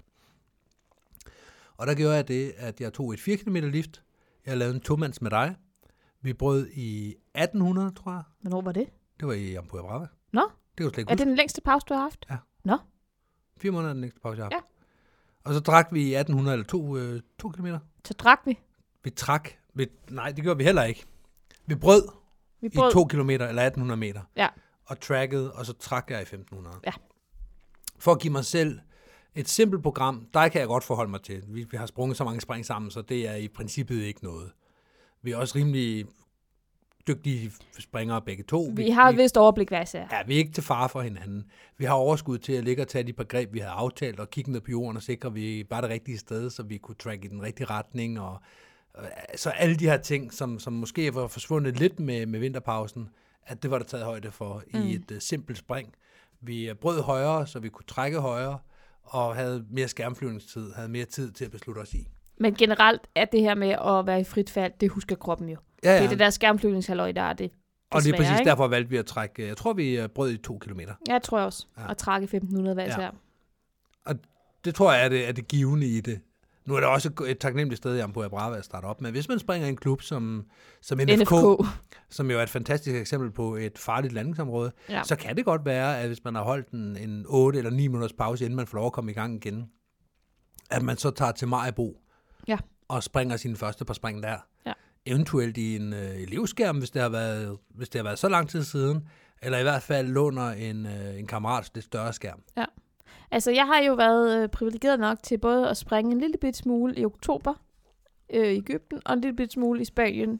Og der gjorde jeg det, at jeg tog et 4 km lift. Jeg lavede en 2-mands med dig. Vi brød i 1800, tror jeg. Hvornår var det? Det var i Ampua Brava. Nå? Det var slet ikke Er det den længste pause, du har haft? Ja. Nå? 4 måneder er den længste pause, jeg har haft. Ja. Og så drak vi i 1800 eller 2 kilometer. Så drak vi? Vi trak. Nej, det gjorde vi heller ikke. Vi brød i 2 kilometer eller 1800 meter. Ja. Og trackede, og så trak jeg i 1500. Ja. For at give mig selv et simpelt program, der kan jeg godt forholde mig til. Vi har sprunget så mange spring sammen, så det er i princippet ikke noget. Vi er også rimelig dygtige springere begge to. Vi har et vist overblik, hvad jeg siger. Ja, vi er ikke til fare for hinanden. Vi har overskud til at ligge og tage de par greb, vi havde aftalt, og kigge ned på jorden og sikre, at vi var det rigtige sted, så vi kunne track i den rigtige retning. Og så alle de her ting, som måske var forsvundet lidt med vinterpausen, at det var der taget højde for i et simpelt spring. Vi brød højere, så vi kunne trække højere, og havde mere skærmflyvningstid, havde mere tid til at beslutte os i. Men generelt er det her med at være i frit fald, det husker kroppen jo. Ja. Det er det der skærmflyvningshalløj, der er det. Og det er præcis ikke? derfor valgte vi at trække, jeg tror vi brød i 2 kilometer. Ja, jeg tror også. Ja. Og trække 1500 hver især. Og det tror jeg er det givende i det. Nu er det også et taknemmeligt sted i Ampua Brava at starte op, men hvis man springer i en klub som NFK, som jo er et fantastisk eksempel på et farligt landingsområde, så kan det godt være, at hvis man har holdt en 8 eller 9 minutters pause, inden man får lov at komme i gang igen, at man så tager til Maribo og springer sine første par spring der. Ja. Eventuelt i en elevskærm, hvis det har været så lang tid siden, eller i hvert fald låner en kammerats lidt større skærm. Ja. Altså, jeg har jo været privilegeret nok til både at springe en lille bit smule i oktober i Egypten, og en lille bit smule i Spanien,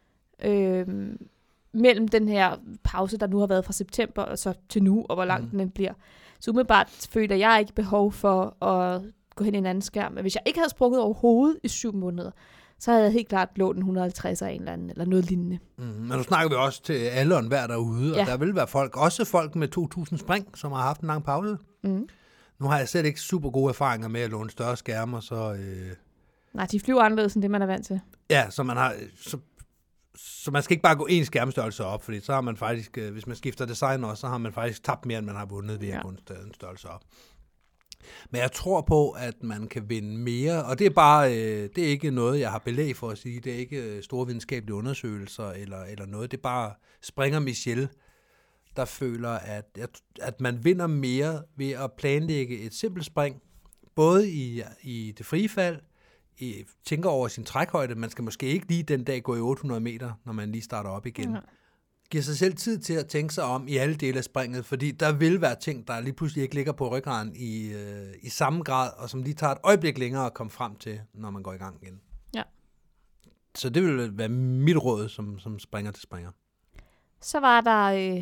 mellem den her pause, der nu har været fra september og så til nu, og hvor lang den bliver. Så umiddelbart føler jeg ikke behov for at gå hen i en anden skærm. Men hvis jeg ikke havde sprunget overhovedet i 7 måneder, så havde jeg helt klart lånt en 150 af en eller anden, eller noget lignende. Men nu snakker vi også til alle og enhver derude, og der vil være folk, også folk med 2000 spring, som har haft en lang pause. Nu har jeg selv ikke super gode erfaringer med at låne større skærmer, så... Nej, de flyver anderledes end det, man er vant til. Ja, så man har... Så man skal ikke bare gå en skærmstørrelse op, fordi så har man faktisk, hvis man skifter design også, så har man faktisk tabt mere, end man har vundet ved at gå en størrelse op. Men jeg tror på, at man kan vinde mere, og det er bare, det er ikke noget, jeg har belæg for at sige. Det er ikke store videnskabelige undersøgelser eller noget. Det er bare Springer Michel, der føler, at man vinder mere ved at planlægge et simpelt spring, både i det frie fald, tænker over sin trækhøjde. Man skal måske ikke lige den dag gå i 800 meter, når man lige starter op igen. Ja. Giver sig selv tid til at tænke sig om i alle dele af springet, fordi der vil være ting, der lige pludselig ikke ligger på ryggraden i samme grad, og som lige tager et øjeblik længere at komme frem til, når man går i gang igen. Ja. Så det vil være mit råd som springer til springer. Så var der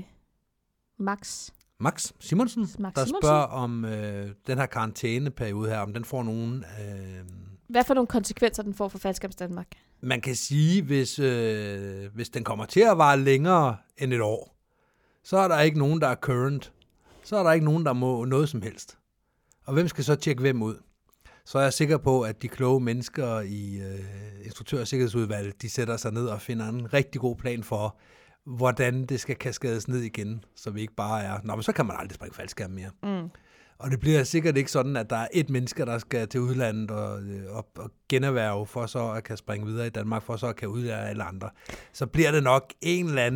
Max Simonsen, der spørger om den her karantæneperiode her, om den får nogen... Hvad for nogle konsekvenser den får for Faldskærms Danmark? Man kan sige, hvis den kommer til at vare længere end et år, så er der ikke nogen, der er current. Så er der ikke nogen, der må noget som helst. Og hvem skal så tjekke hvem ud? Så er jeg sikker på, at de kloge mennesker i instruktør- og sikkerhedsudvalget, de sætter sig ned og finder en rigtig god plan for, hvordan det skal kaskades ned igen, så vi ikke bare er, men så kan man aldrig springe faldskærm mere. Og det bliver sikkert ikke sådan, at der er et menneske, der skal til udlandet og generhverve for så at kan springe videre i Danmark, for så at kan udlære alle andre. Så bliver det nok en eller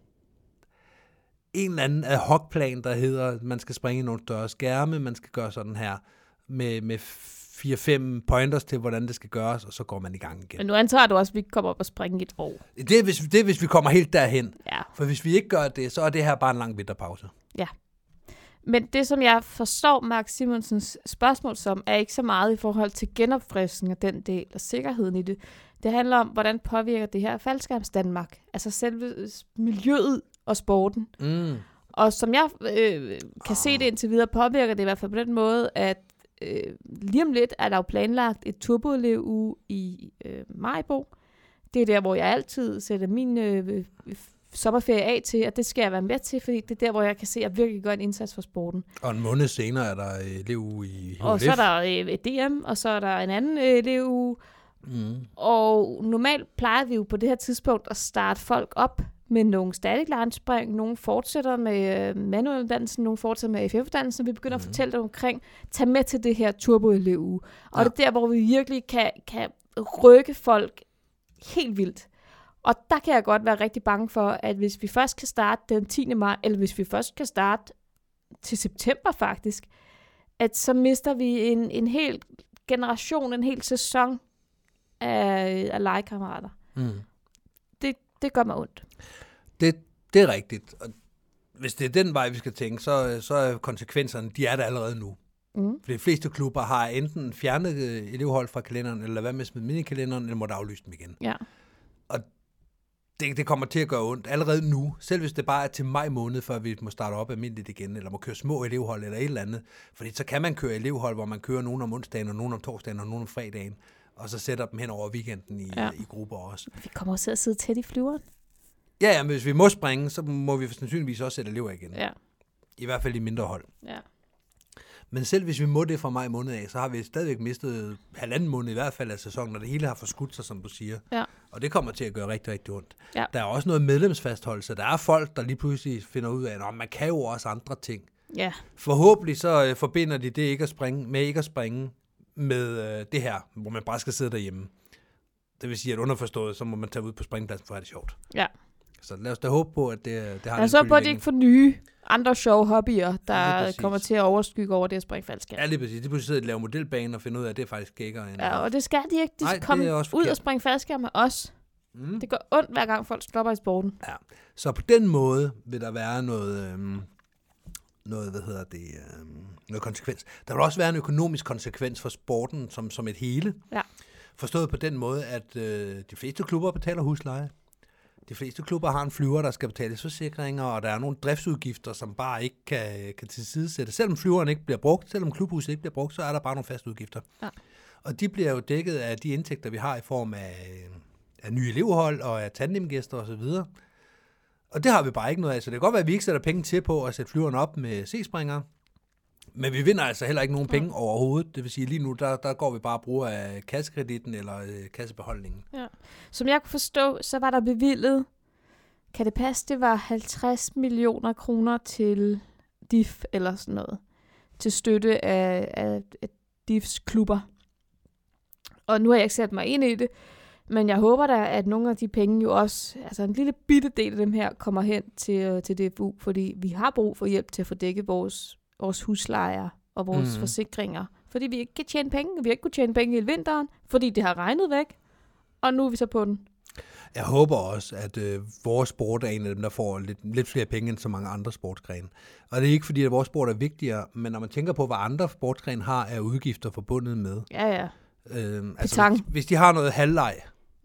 anden ad hoc plan, der hedder, at man skal springe i nogle større skærme, man skal gøre sådan her med 4-5 pointers til, hvordan det skal gøres, og så går man i gang igen. Men nu antager du også, at vi kommer op og springe et år. Det er, hvis vi kommer helt derhen. Ja. For hvis vi ikke gør det, så er det her bare en lang vinterpause. Ja. Men det, som jeg forstår Max Simonsens spørgsmål som, er ikke så meget i forhold til genopfriskning af den del og sikkerheden i det. Det handler om, hvordan påvirker det her Faldskærms Danmark. Altså selve miljøet og sporten. Og som jeg kan se det indtil videre, påvirker det i hvert fald på den måde, at lige om lidt er der jo planlagt et turboelev i Maribo. Det er der, hvor jeg altid sætter min sommerferie af til, og det skal jeg være med til, fordi det er der, hvor jeg kan se, at jeg virkelig gør en indsats for sporten. Og en måned senere er der elev i HLF. Og så er der et DM, og så er der en anden elev. Og normalt plejer vi jo på det her tidspunkt at starte folk op med nogle static line spring, nogle fortsætter med manueluddannelsen, nogle fortsætter med AFF-uddannelsen, vi begynder at fortælle dem omkring, tag med til det her turbo-elev. Og det er der, hvor vi virkelig kan rykke folk helt vildt. Og der kan jeg godt være rigtig bange for, at hvis vi først kan starte den 10. maj, eller hvis vi først kan starte til september faktisk, at så mister vi en hel generation, en hel sæson af legekammerater. Det gør mig ondt. Det er rigtigt. Og hvis det er den vej, vi skal tænke, så er konsekvenserne, de er der allerede nu. For de fleste klubber har enten fjernet elevhold fra kalenderen, eller hvad med at smide minikalenderen, eller måtte aflyse dem igen. Ja. Og det kommer til at gøre ondt allerede nu, selv hvis det bare er til maj måned, før vi må starte op almindeligt igen, eller må køre små elevhold eller et eller andet. Fordi så kan man køre elevhold, hvor man kører nogen om onsdagen, og nogen om torsdagen, og nogen om fredagen, og så sætter dem hen over weekenden i grupper også. Vi kommer også til at sidde tæt i flyveren. Ja, men hvis vi må springe, så må vi sandsynligvis også sætte elever igen. Ja. I hvert fald i mindre hold. Ja. Men selv hvis vi må det fra maj måned af, så har vi stadigvæk mistet 1,5 måned i hvert fald af sæsonen, og det hele har forskudt sig, som du siger. Ja. Og det kommer til at gøre rigtig, rigtig ondt. Ja. Der er også noget medlemsfastholdelse. Der er folk, der lige pludselig finder ud af, at man kan jo også andre ting. Ja. Forhåbentlig så forbinder de det ikke at springe med det her, hvor man bare skal sidde derhjemme. Det vil sige, at underforstået, så må man tage ud på springpladsen, for at det er sjovt. Ja. Så lad os da håbe på, at det har jeg så på, at de ikke får nye andre sjove hobbyer, der kommer til at overskygge over det at springe faldskærm. Ja, lige præcis. De pludselig sidder og laver modelbaner og finder ud af, at det er faktisk skækkere. Ja, og det skal de ikke. De skal komme ud og springe faldskærm med os. Det går ondt, hver gang folk stopper i sporten. Ja. Så på den måde vil der være noget konsekvens. Der vil også være en økonomisk konsekvens for sporten som et hele. Ja. Forstået på den måde, at de fleste klubber betaler husleje. De fleste klubber har en flyver, der skal betales forsikringer, og der er nogle driftsudgifter, som bare ikke kan tilsidesættes. Selvom flyveren ikke bliver brugt, selvom klubhuset ikke bliver brugt, så er der bare nogle faste udgifter. Ja. Og de bliver jo dækket af de indtægter, vi har i form af nye elevhold og af tandemgæster osv. Og det har vi bare ikke noget af, så det kan godt være, at vi ikke sætter penge til på at sætte flyveren op med C-springere. Men vi vinder altså heller ikke nogen penge overhovedet. Det vil sige, lige nu, der går vi bare og bruger af kassekreditten eller kassebeholdningen. Ja. Som jeg kunne forstå, så var der bevilget, kan det passe, det var 50 millioner kroner til DIF eller sådan noget, til støtte af DIFs klubber. Og nu har jeg ikke sat mig ind i det, men jeg håber da, at nogle af de penge jo også, altså en lille bitte del af dem her, kommer hen til DFU, fordi vi har brug for hjælp til at få dækket vores huslejer og vores forsikringer. Fordi vi ikke kan tjene penge. Vi har ikke kunnet tjene penge hele vinteren, fordi det har regnet væk. Og nu er vi så på den. Jeg håber også, at vores sport er en af dem, der får lidt flere penge end så mange andre sportsgrene. Og det er ikke fordi, at vores sport er vigtigere, men når man tænker på, hvad andre sportsgrene har af udgifter forbundet med. Ja. Altså, hvis de har noget halvleje,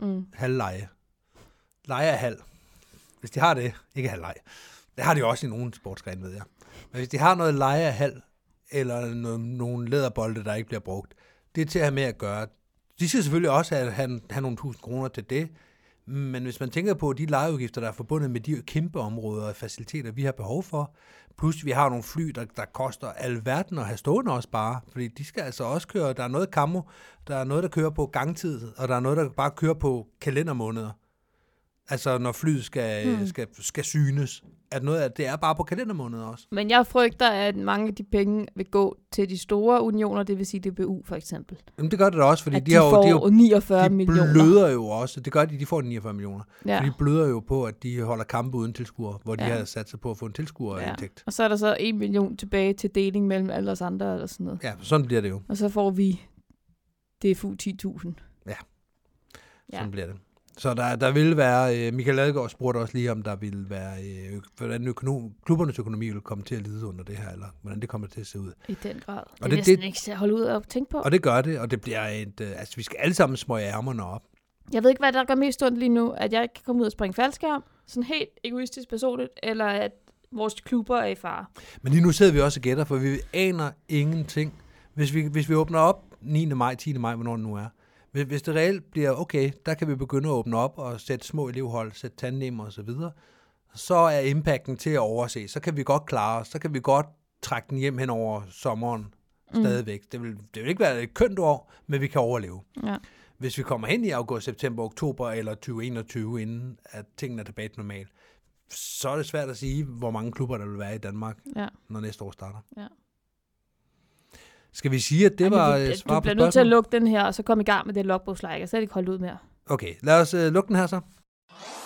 leje af halv. Hvis de har det, ikke halvleje. Det har de også i nogle sportsgrene, ved jeg. Men hvis de har noget leje af halv, eller nogle læderbolde, der ikke bliver brugt, det er til at have med at gøre. De skal selvfølgelig også have nogle 1000 kroner til det, men hvis man tænker på de lejeudgifter, der er forbundet med de kæmpe områder og faciliteter, vi har behov for, plus vi har nogle fly, der koster alverden at have stående også bare, fordi de skal altså også køre, der er noget kammo, der er noget, der kører på gangtid, og der er noget, der bare kører på kalendermåneder. Altså når flyet skal synes, at noget af det er bare på kalendermåneder også. Men jeg frygter, at mange af de penge vil gå til de store unioner, det vil sige DBU for eksempel. Jamen det gør det da også, fordi de får 49 millioner. De bløder jo også, det gør de får 49 millioner. Ja. For de bløder jo på, at de holder kampe uden tilskuere, hvor de har sat sig på at få en tilskuerindtægt. Og så er der så 1 million tilbage til deling mellem alle os andre eller sådan noget. Ja, sådan bliver det jo. Og så får vi DFU 10.000. Ja, sådan bliver det. Så der vil være, Michael Ladegaard spurgte også lige, om der vil være, hvordan klubbernes økonomi vil komme til at lide under det her, eller hvordan det kommer til at se ud. I den grad. Og det er næsten ikke til at holde ud og tænke på. Og det gør det, og det bliver altså vi skal alle sammen smøge ærmerne op. Jeg ved ikke, hvad der gør mest ondt lige nu, at jeg ikke kan komme ud og springe faldskærm, sådan helt egoistisk personligt, eller at vores klubber er i fare. Men lige nu sidder vi også og gætter, for vi aner ingenting. Hvis vi åbner op 9. maj, 10. maj, hvornår det nu er, hvis det reelt bliver, okay, der kan vi begynde at åbne op og sætte små elevhold, sætte tandemmer og så videre, så er impacten til at overse. Så kan vi godt klare os, så kan vi godt trække den hjem hen over sommeren stadigvæk. Det vil ikke være et kønt år, men vi kan overleve. Ja. Hvis vi kommer hen i august, september, oktober eller 2021, inden at tingene er tilbage til normal, så er det svært at sige, hvor mange klubber der vil være i Danmark, når næste år starter. Ja. Skal vi sige, at det var svar på spørgsmålet? Du bliver nødt til at lukke den her, og så komme i gang med det logbogsleje. Så er det ikke holdt ud mere. Okay, lad os lukke den her så.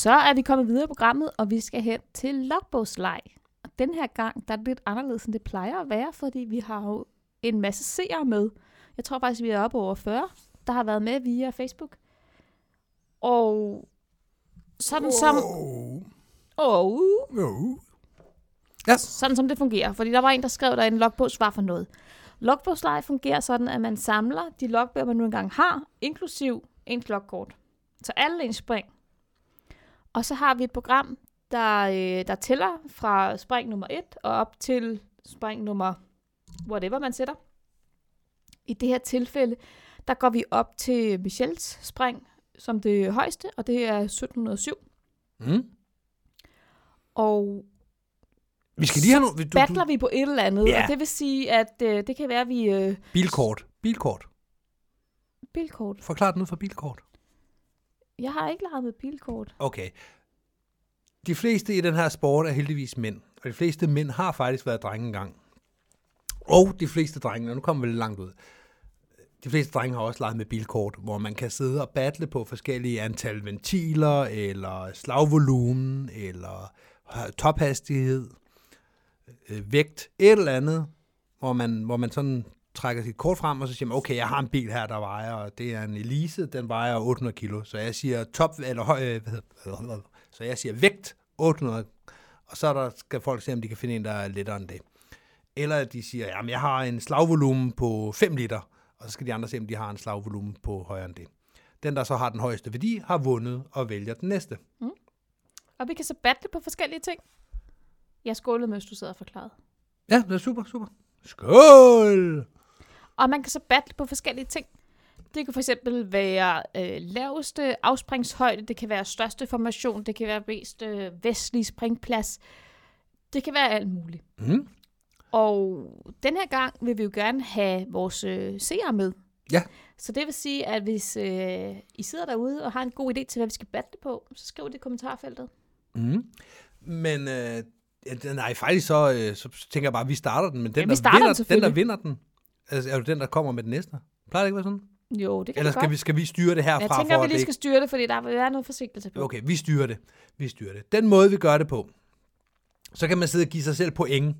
Så er vi kommet videre i programmet, og vi skal hen til logbogsleg. Og den her gang, der er det lidt anderledes, end det plejer at være, fordi vi har jo en masse seere med. Jeg tror faktisk, vi er oppe over 40, der har været med via Facebook. Og sådan som... Ja. Sådan som det fungerer. Fordi der var en, der skrev, der en logbogsvar for noget. Logbogsleg fungerer sådan, at man samler de logbøger, man nu engang har, inklusiv ens logkort. Så alle ens spring. Og så har vi et program, der tæller fra spring nummer 1 og op til spring nummer whatever man sætter. I det her tilfælde, der går vi op til Michels spring som det højeste, og det er 1707. Og vi skal lige have nogle... battler vi på et eller andet, og det vil sige, at det kan være, at vi... Bilkort. Forklar den ud for bilkort. Jeg har ikke leget med bilkort. Okay. De fleste i den her sport er heldigvis mænd, og de fleste mænd har faktisk været drenge engang. Og de fleste drenge, og nu kommer vi lidt langt ud, de fleste drenge har også leget med bilkort, hvor man kan sidde og battle på forskellige antal ventiler, eller slagvolumen, eller tophastighed, vægt, et eller andet, hvor man sådan trækker sit kort frem, og så siger man, okay, jeg har en bil her, der vejer, og det er en Elise, den vejer 800 kilo, så jeg siger så jeg siger vægt 800, og så skal folk se, om de kan finde en, der er lettere end det. Eller de siger, jamen jeg har en slagvolumen på 5 liter, og så skal de andre se, om de har en slagvolumen på højere end det. Den, der så har den højeste værdi, har vundet og vælger den næste. Og vi kan så battle på forskellige ting. Jeg skålede med, hvis du sidder og forklaret. Ja, det er super. Skål! Og man kan så battle på forskellige ting. Det kan for eksempel være laveste afspringshøjde, det kan være største formation, det kan være mest vestlige springplads. Det kan være alt muligt. Og den her gang vil vi jo gerne have vores seere med. Ja. Så det vil sige, at hvis I sidder derude og har en god idé til, hvad vi skal battle på, så skriv det i kommentarfeltet. Men faktisk så tænker jeg bare, at vi starter den, men den der vinder den, altså, er jo den, der kommer med den næste. Plejer det ikke være sådan? Jo, det kan eller godt. Skal vi styre det herfra? Jeg tænker, at vi lige skal styre det, fordi der vil være noget forsinkelse på. Okay, vi styrer det. Den måde, vi gør det på, så kan man sidde og give sig selv point.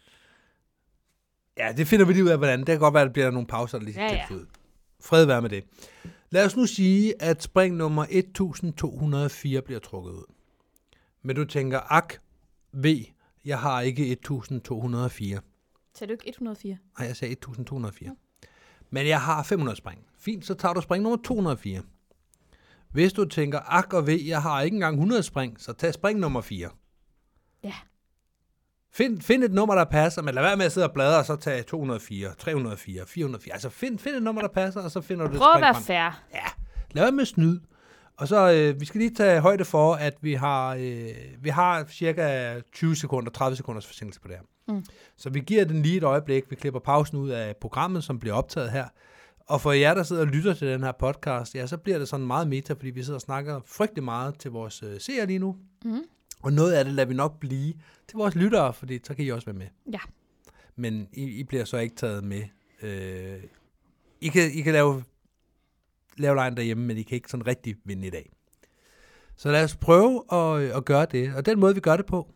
Ja, det finder vi lige ud af, hvordan. Det kan godt være, at der bliver nogle pauser, der lige skal ud. Fred være med det. Lad os nu sige, at spring nummer 1204 bliver trukket ud. Men du tænker, jeg har ikke 1204. Sagde du ikke 104? Nej, jeg sagde 1204. Men jeg har 500 spring. Fint, så tager du spring nummer 204. Hvis du tænker, jeg har ikke engang 100 spring, så tag spring nummer 4. Ja. Find et nummer, der passer, men lad være med at sidde og bladre, og så tage 204, 304, 404. Altså find et nummer, der passer, og så finder du det spring frem. Prøv at være fair. Ja, lad være med at snyde. Og så, vi skal lige tage højde for, at vi har cirka 20 sekunder, 30 sekunders forsinkelse på det her. Så vi giver den lige et øjeblik. Vi klipper pausen ud af programmet, som bliver optaget her. Og for jer, der sidder og lytter til den her podcast, ja, så bliver det sådan meget meta, fordi vi sidder og snakker frygtelig meget til vores seere lige nu. Og noget af det lader vi nok blive til vores lyttere, fordi så kan I også være med. Ja. Men I bliver så ikke taget med. I kan lave legen derhjemme, men I kan ikke sådan rigtig vinde i dag. Så lad os prøve at gøre det. Og den måde, vi gør det på.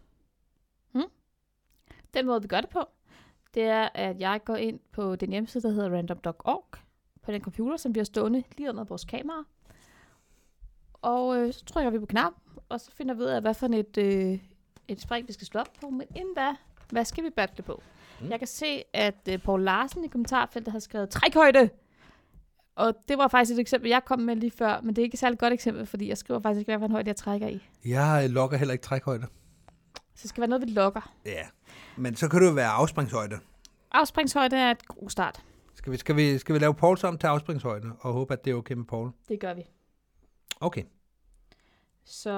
Den måde, vi gør det på, det er, at jeg går ind på den hjemmeside, der hedder random.org, på den computer, som vi har stående lige under vores kamera. Og så trykker vi på knap, og så finder vi ud af, hvad for et spring, vi skal slå op på. Men inden da, hvad skal vi battle på? Jeg kan se, at Poul Larsen i kommentarfeltet har skrevet trækhøjde. Og det var faktisk et eksempel, jeg kom med lige før, men det er ikke et særligt godt eksempel, fordi jeg skriver faktisk ikke, hvad for en højde jeg trækker i. Jeg logger heller ikke trækhøjde. Så det skal være noget, vi logger. Ja, men så kan det jo være afspringshøjde. Afspringshøjde er et god start. Skal vi lave Poul sammen til afspringshøjde, og håbe, at det er okay med Poul? Det gør vi. Okay. Så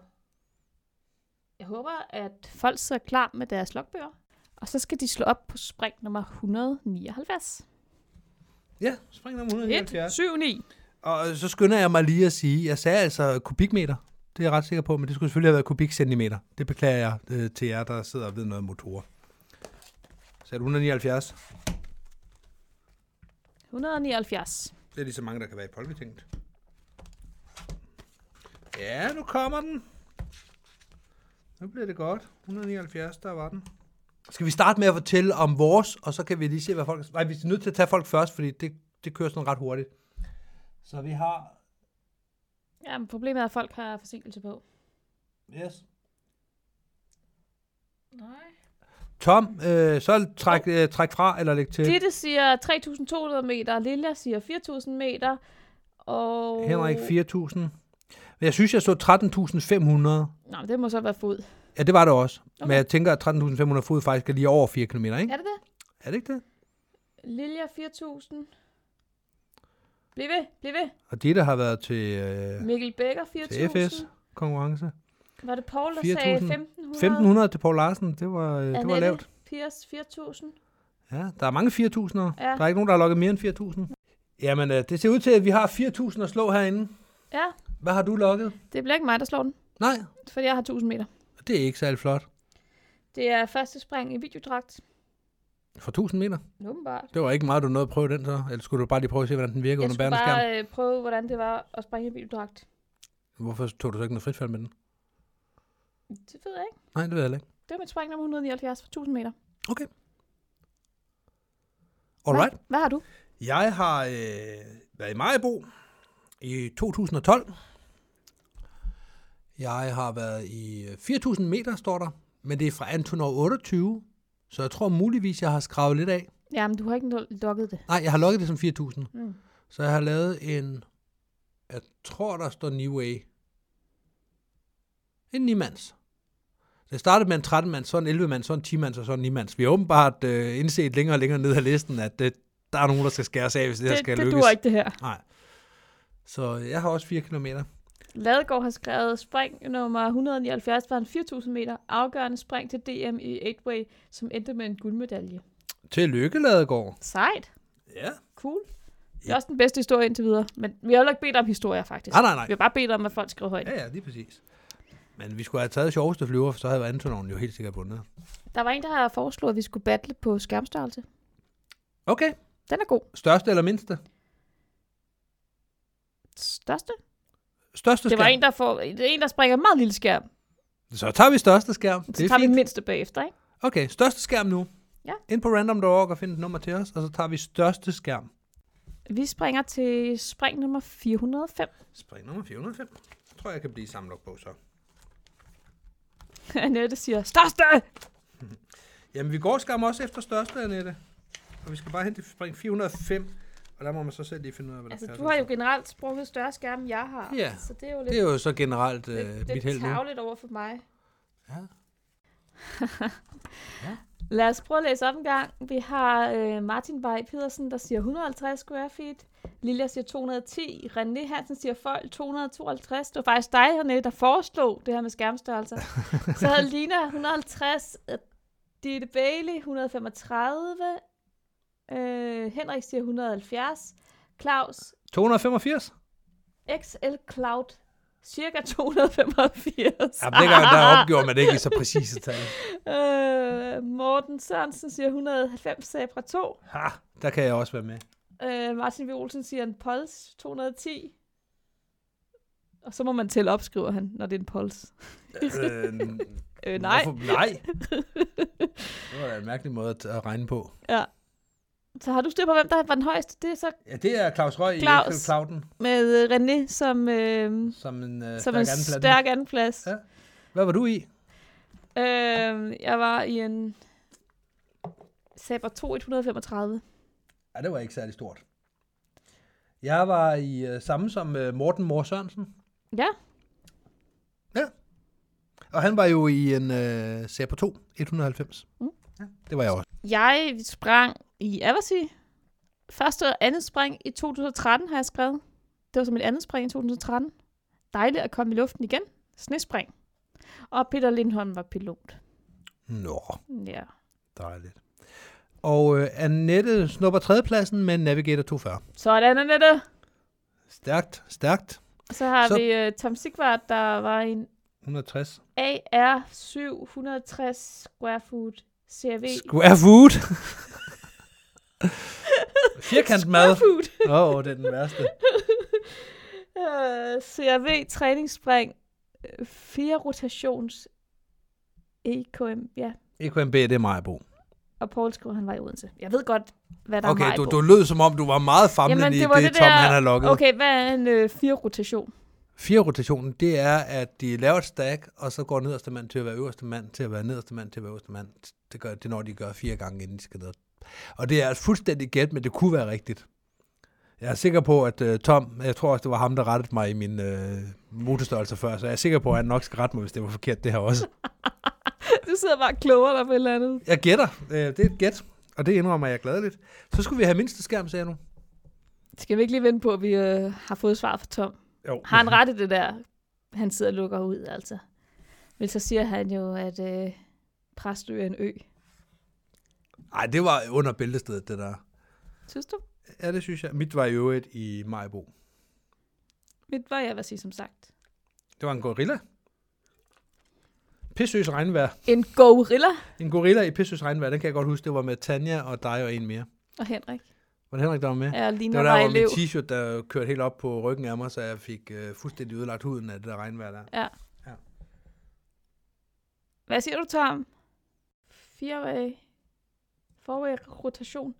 jeg håber, at folk sidder klar med deres logbøger, og så skal de slå op på spring nummer 179. Ja, spring nummer 179. 179. Og så skynder jeg mig lige at sige, jeg sagde altså kubikmeter. Det er jeg ret sikker på, men det skulle selvfølgelig have været kubikcentimeter. Det beklager jeg til jer, der sidder og ved noget motorer. Så er det 179? 179. Det er lige så mange, der kan være i Folketinget. Ja, nu kommer den. Nu bliver det godt. 179, der var den. Skal vi starte med at fortælle om vores, og så kan vi lige se, hvad folk... Nej, vi er nødt til at tage folk først, fordi det kører sådan ret hurtigt. Så vi har... Ja, men problemet er, at folk har forsinkelse på. Yes. Nej. Tom, så træk fra, eller læg til. Ditte siger 3.200 meter, Lilja siger 4.000 meter, og... Henrik 4.000. Men jeg synes, jeg så 13.500. Nå, det må så være fod. Ja, det var det også. Okay. Men jeg tænker, at 13.500 fod faktisk er lige over 4 km, ikke? Er det det? Er det ikke det? Lilja 4.000. Bliv ved. Og Ditte har været til, Mikkel Bækker 4.000. til FS-konkurrence. Var det Paul, der sagde 1.500? 1.500 til Poul Larsen, det var lavt. Piers 4.000. Ja, der er mange 4.000'ere. Ja. Der er ikke nogen, der har lukket mere end 4.000. Jamen, det ser ud til, at vi har 4.000 at slå herinde. Ja. Hvad har du lukket? Det bliver ikke mig, der slår den. Nej. Fordi jeg har 1.000 meter. Det er ikke særlig flot. Det er første spring i videodragt. For 1.000 meter? Åbenbart. Det var ikke meget, du nåede at prøve den så? Eller skulle du bare lige prøve at se, hvordan den virker under bærende skærm? Jeg skulle bare prøve, hvordan det var at springe i videodragt. Hvorfor tog du så ikke noget fritfald med den? Det ved jeg ikke. Nej, det ved jeg ikke. Det var mit spring nummer 179 for 1.000 meter. Okay. Alright. Hvad har du? Jeg har været i Maribo i 2012. Jeg har været i 4.000 meter, står der. Men det er fra Antonov 28. Så jeg tror muligvis, jeg har skravet lidt af. Jamen, du har ikke lukket det. Nej, jeg har lukket det som 4.000. Mm. Så jeg har lavet en... Jeg tror, der står Newway. En 9-mands. Det startede med en 13-mands, så en 11-mands, så en 10-mands og så en 9-mands. Vi har åbenbart indset længere og længere ned ad listen, at der er nogen, der skal skæres af, hvis det her skal lykkes. Det duer ikke, det her. Nej. Så jeg har også 4 kilometer. Ladegaard har skrevet spring nummer 179 var en 4.000 meter. Afgørende spring til DM i 8-way, som endte med en guldmedalje. Tillykke, Ladegaard. Sejt. Ja. Cool. Det er også den bedste historie indtil videre. Men vi har heller ikke bedt om historier, faktisk. Nej. Vi har bare bedt om, at folk skriver højt. Ja, lige præcis. Men vi skulle have taget sjoveste flyver, for så havde Antonoven jo helt sikkert vundet. Der var en, der har foreslået, at vi skulle battle på skærmstørrelse. Okay. Den er god. Største eller mindste? Største skærm. Det var en, der springer meget lille skærm. Så tager vi største skærm. Så tager vi mindste bagefter, ikke? Okay, største skærm nu. Ja. Ind på random.org og find et nummer til os, og så tager vi største skærm. Vi springer til spring nummer 405. Spring nummer 405. Jeg tror, jeg kan blive samlet på så. Annette siger, største! Jamen, vi går skam også efter største, Annette. Og vi skal bare hen til spring 405. Og der må man så selv lige finde ud af, hvad der Altså, du har jo generelt sprunget større skærm, end jeg har. Ja, så det er jo lidt, det er jo så generelt mit held nu. lidt tarveligt over for mig. Ja. Lad os prøve at læse op en gang. Vi har Martin Bay Pedersen, der siger 150 square feet. Lilja siger 210. René Hansen siger fold 252. Det var faktisk dig, René, der foreslog det her med skærmstørrelser. Så havde Lina 150. Ditte Bailey 135. Henrik siger 170. Claus 285? XL Cloud cirka 285. Ja, dengang der opgjorde man det ikke i så præcise tal. Morten Sørensen siger 190 Sabra 2. Ha, der kan jeg også være med. Martin V. Olsen siger en Puls 210. Og så må man tælle op, skriver han, når det er en Puls. Nej. Nej. Det var da en mærkelig måde at regne på. Ja. Så har du styr på, hvem der var den højeste? Det er så Ja, det er Claus Røg i Clouden. Med René som en stærk andenplads. Ja. Hvad var du i? Jeg var i en Saber 2 135. Ja, det var ikke særlig stort. Jeg var i samme som Morten Mor Sørensen. Ja. Ja. Og han var jo i en Saber 2 190. Mm. Ja, det var jeg også. Jeg sprang i Aversi. Første og andet spring i 2013 har jeg skrevet. Det var som et andet spring i 2013. Dejligt at komme i luften igen. Snespring. Og Peter Lindholm var pilot. Nå, Ja. dejligt. Og Annette snupper tredjepladsen med Navigator 240. Sådan, Annette. Stærkt. Så har vi Tom Sigvart, der var i en 160. AR 760 square foot CRV. Square food. Firkant mad. Square foot. Det er den værste. CRV træningsspring 4 rotations EKM, ja. EKMB, det er Maribo. Og Paul skriver, han var i Odense. Jeg ved godt, hvad der er Okay, Maribo. du lød som om, du var meget famlende i det, Tom han har logget. Okay, hvad er en 4-rotation? 4-rotationen, det er, at de laver et stack, og så går nederste mand til at være øverste mand, til at være nederste mand, til at være øverste mand. Det når de gør 4 gange, inden de skal ned. Og det er et fuldstændig gæt, men det kunne være rigtigt. Jeg er sikker på, at Tom, jeg tror også, det var ham, der rettede mig i min motorstørrelse før, så jeg er sikker på, at han nok skal rette mig, hvis det var forkert, det her også. Du sidder bare klogere der på et eller andet. Jeg gætter. Det er et gæt, og det indrømmer jeg glædeligt. Så skulle vi have mindste skærm, sagde jeg nu. Skal vi ikke lige vente på, at vi har fået svar fra Tom? Jo. Har han ret i det der, han sidder og lukker ud, altså? Men så siger han jo, at Præstø er en ø. Nej, det var under bæltestedet, det der. Synes du? Ja, det synes jeg. Mit var i øvrigt i Maribo. Mit var jeg, hvad sige som sagt. Det var en gorilla. Pissøs regnvejr. En gorilla? En gorilla i Pissøs regnvejr, den kan jeg godt huske. Det var med Tanja og dig og en mere. Og Henrik. Var det Henrik, der var med? Ja, det var der, hvor min t-shirt, der kørte helt op på ryggen af mig, så jeg fik fuldstændig ødelagt huden af det der regnvejr der. Ja. Hvad siger du, Tom? 4-way rotation.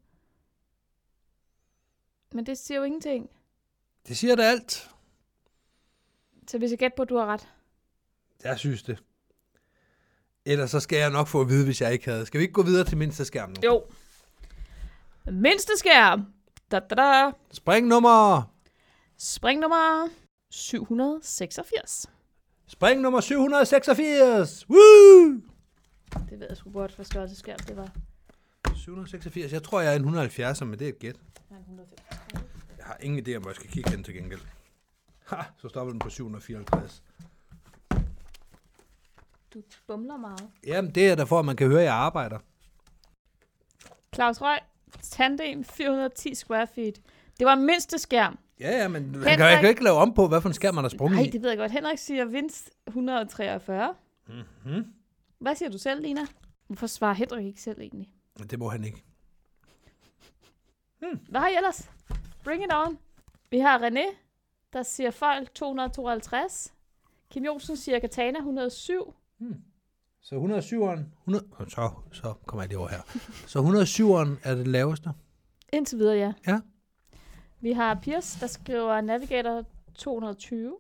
Men det siger jo ingenting. Det siger da alt. Så hvis jeg gætter på, at du har ret. Jeg synes det. Ellers så skal jeg nok få at vide, hvis jeg ikke havde. Skal vi ikke gå videre til mindste skærm nu? Jo. Mindste skærm. Da. Springnummer 786. Spring nummer 786. Woo! Det ved jeg sgu godt, hvad størrelse skærm det var. 786. Jeg tror, jeg er en 170, men det er et gæt. Jeg er 135. Jeg har ingen idé om, hvor jeg skal kigge hen til gengæld. Ha, så stopper den på 754. Du bumler meget. Jamen, det er derfor, at man kan høre, at jeg arbejder. Claus Røg, tandem 410 square feet. Det var mindste skærm. Ja, men Henrik, jeg kan ikke lave om på, hvad for en skærm man har sprunget i. Nej, det ved jeg godt. Henrik siger Vinst 143. Mm-hmm. Hvad siger du selv, Lina? Hvorfor svarer Henrik ikke selv egentlig? Det må han ikke. Hvad har I ellers? Bring it on. Vi har René, der siger fejl 252. Kim Jonsen siger Katana 107. Så 107'eren... Så kommer jeg lige over her. Så 107'eren er det laveste? Indtil videre, ja. Ja. Vi har Piers, der skriver Navigator 220.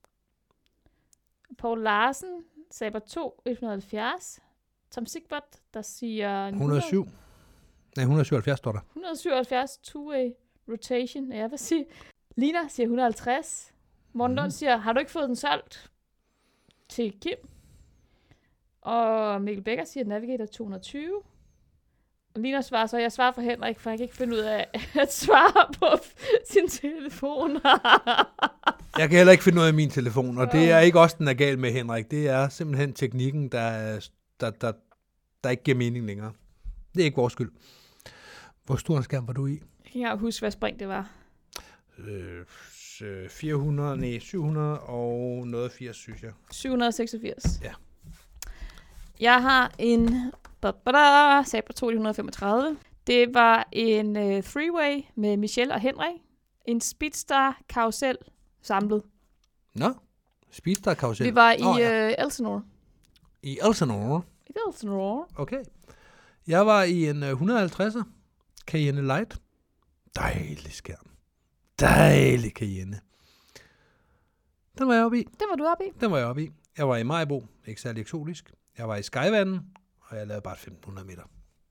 Paul Larsen, Saber 2, 170. Tom Sigbert, der siger... 107. Nej, 177 står der. 177, two-way rotation. Ja, hvad siger? Lina siger 150. Morten Lund siger, har du ikke fået den solgt til Kim? Og Mikkel Becker siger Navigator 220. Og Lina svarer så, jeg svarer for Henrik, for han kan ikke finde ud af at svare på sin telefon. Jeg kan heller ikke finde noget af min telefon, og det er ikke også den er gal med, Henrik. Det er simpelthen teknikken, der ikke giver mening længere. Det er ikke vores skyld. Hvor stor en skærm var du i? Jeg kan ikke engang huske, hvad spring det var. 700 og noget 80, synes jeg. 786. Ja. Jeg har en Saber 2 135. Det var en three-way med Michelle og Henrik. En Speedstar karusel samlet. Nå, Speedstar karusel. Vi var i Elsinore. I Elsinore? I Elsinore. Okay. Jeg var i en 150'er Cayenne Light. Dejlig skærm. Dejlig Cayenne. Den var jeg oppe i. Den var jeg oppe i. Jeg var i Maribo. Ikke særlig eksotisk. Jeg var i Skyvanden, og jeg lavede bare 1500 meter.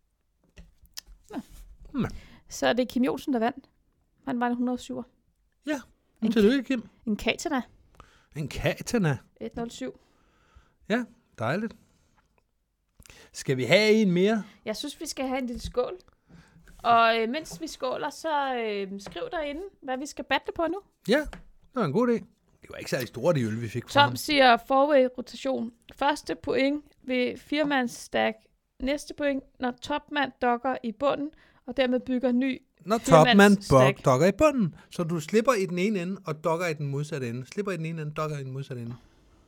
Ja. Så er det Kim Jonsen, der vandt. Han var en 107. Ja, tillykke, Kim. En Katana. En Katana. 107. Ja, dejligt. Skal vi have en mere? Jeg synes, vi skal have en lille skål. Og mens vi skåler, så skriv derinde, hvad vi skal battle på nu. Ja, det var en god idé. Det var ikke særlig store, de øl, vi fik fra Tom ham. siger forway rotation. Første point ved 4-mands stack. Næste point, når topmand dokker i bunden, og dermed bygger ny når topmand dokker i bunden. Så du slipper i den ene ende, og dokker i den modsatte ende. Slipper i den ene ende, dokker i den modsatte ende.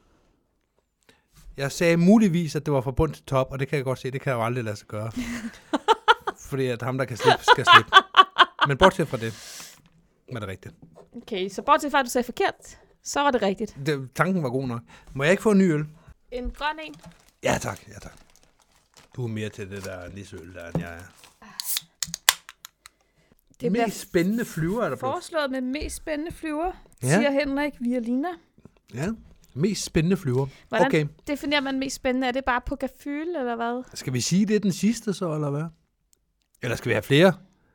Jeg sagde muligvis, at det var fra bund til top, og det kan jeg godt se, det kan jeg jo aldrig lade sig gøre. Fordi at ham, der kan slippe, skal slippe. Men bortset fra det, var det rigtigt. Okay, så bortset fra, at du sagde forkert, så var det rigtigt. Tanken var god nok. Må jeg ikke få en ny øl? En grøn en? Ja, tak. Du er mere til det der nisseøl der, end jeg er. Det mest spændende flyver er der blevet foreslået med mest spændende flyver, siger Henrik Violina. Ja, mest spændende flyver. Hvordan definerer man mest spændende? Er det bare på Gefyl, eller hvad? Skal vi sige, det er den sidste så, eller hvad? Eller skal vi have flere?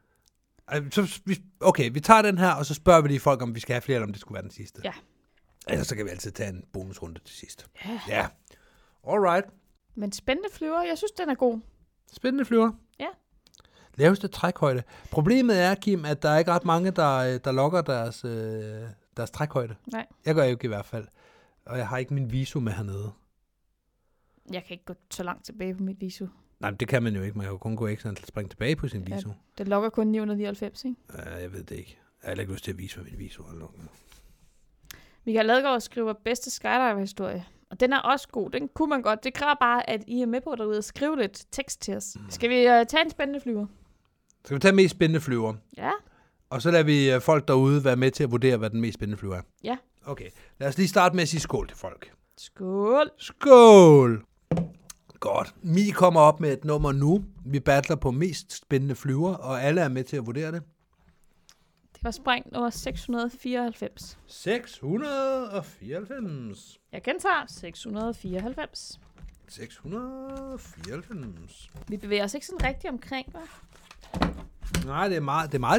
Okay, vi tager den her, og så spørger vi lige folk, om vi skal have flere, eller om det skulle være den sidste. Ja. Ellers så kan vi altid tage en bonusrunde til sidst. Ja. Alright. Men spændende flyver, jeg synes, den er god. Spændende flyver. Ja. Laveste trækhøjde. Problemet er, Kim, at der er ikke ret mange, der logger deres trækhøjde. Nej. Jeg gør ikke i hvert fald. Og jeg har ikke min visu med hernede. Jeg kan ikke gå så langt tilbage på mit visu. Nej, det kan man jo ikke. Man kan jo kun gå ekstra springe tilbage på sin visu. Det logger kun 999, ikke? Jeg ved det ikke. Jeg har heller ikke lyst til at vise mig min visu. Michael Ladegaard skriver bedste skydiver-historie. Og den er også god. Den kunne man godt. Det kræver bare, at I er med på derude og skrive lidt tekst til os. Skal vi tage en spændende flyver? Skal vi tage mest spændende flyver? Ja. Og så lader vi folk derude være med til at vurdere, hvad den mest spændende flyver er. Ja. Okay. Lad os lige starte med at sige skål til folk. Skål. Skål! Godt. Mi kommer op med et nummer nu. Vi battler på mest spændende flyver, og alle er med til at vurdere det. Det var spring nummer 694. 694. Jeg gentager 694. 694. Vi bevæger os ikke sådan rigtig omkring, hva'? Nej, det er meget det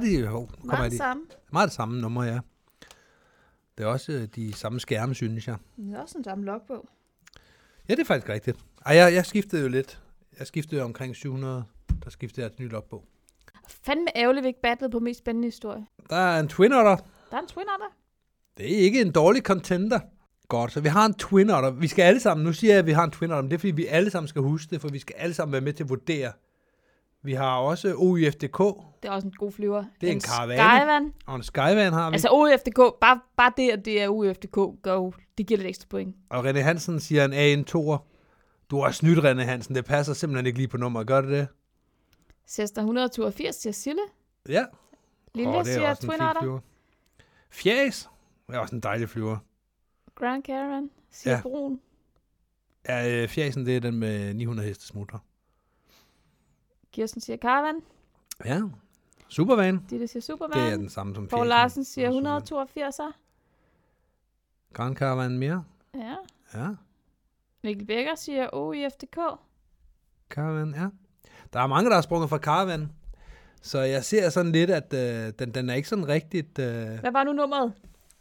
samme nummer, ja. Det er også de samme skærme, synes jeg. Det er også en samme logbog. Ja, det er faktisk rigtigt. Jeg skiftede jo lidt. Jeg skiftede omkring 700. Der skiftede jeg til ny logbog. Fandme ærgerligt, vi ikke battlede på mest spændende historie. Der er en Twin Otter. Der er en Twin Otter. Det er ikke en dårlig contender. Godt, så vi har en Twin Otter. Vi skal alle sammen, nu siger jeg, at vi har en Twin Otter, men det er fordi, vi alle sammen skal huske det, for vi skal alle sammen være med til at vurdere. Vi har også OIFDK. Det er også en god flyver. Det er en Caravane. Skyvan. Og en Skyvan har vi. Altså OIFDK, bare det, at det er OIFDK, det giver lidt ekstra point. Og René Hansen siger en AN2'er. Du har snydt, René Hansen. Det passer simpelthen ikke lige på nummeret. Gør det det? Cessna 182 siger Sille. Ja. Lille siger Twin Otter. Fjæs. Det er også en dejlig flyver. Grand Caravan siger Brun. Ja, Fjæsen, det er den med 900 hestes motor. Kirsten siger Caravan. Ja. Supervan. Ditte siger Superman. Det er den samme som Fjæsen. Poul Larsen siger 182. Grand Caravan mere. Ja. Ja. Mikkel Becker siger OIFDK. Caravan, ja. Der er mange, der har sprunget fra Caravan. Så jeg ser sådan lidt, at den er ikke sådan rigtigt... Hvad var nu nummeret?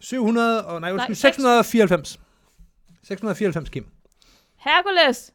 694. 694, Kim. Hercules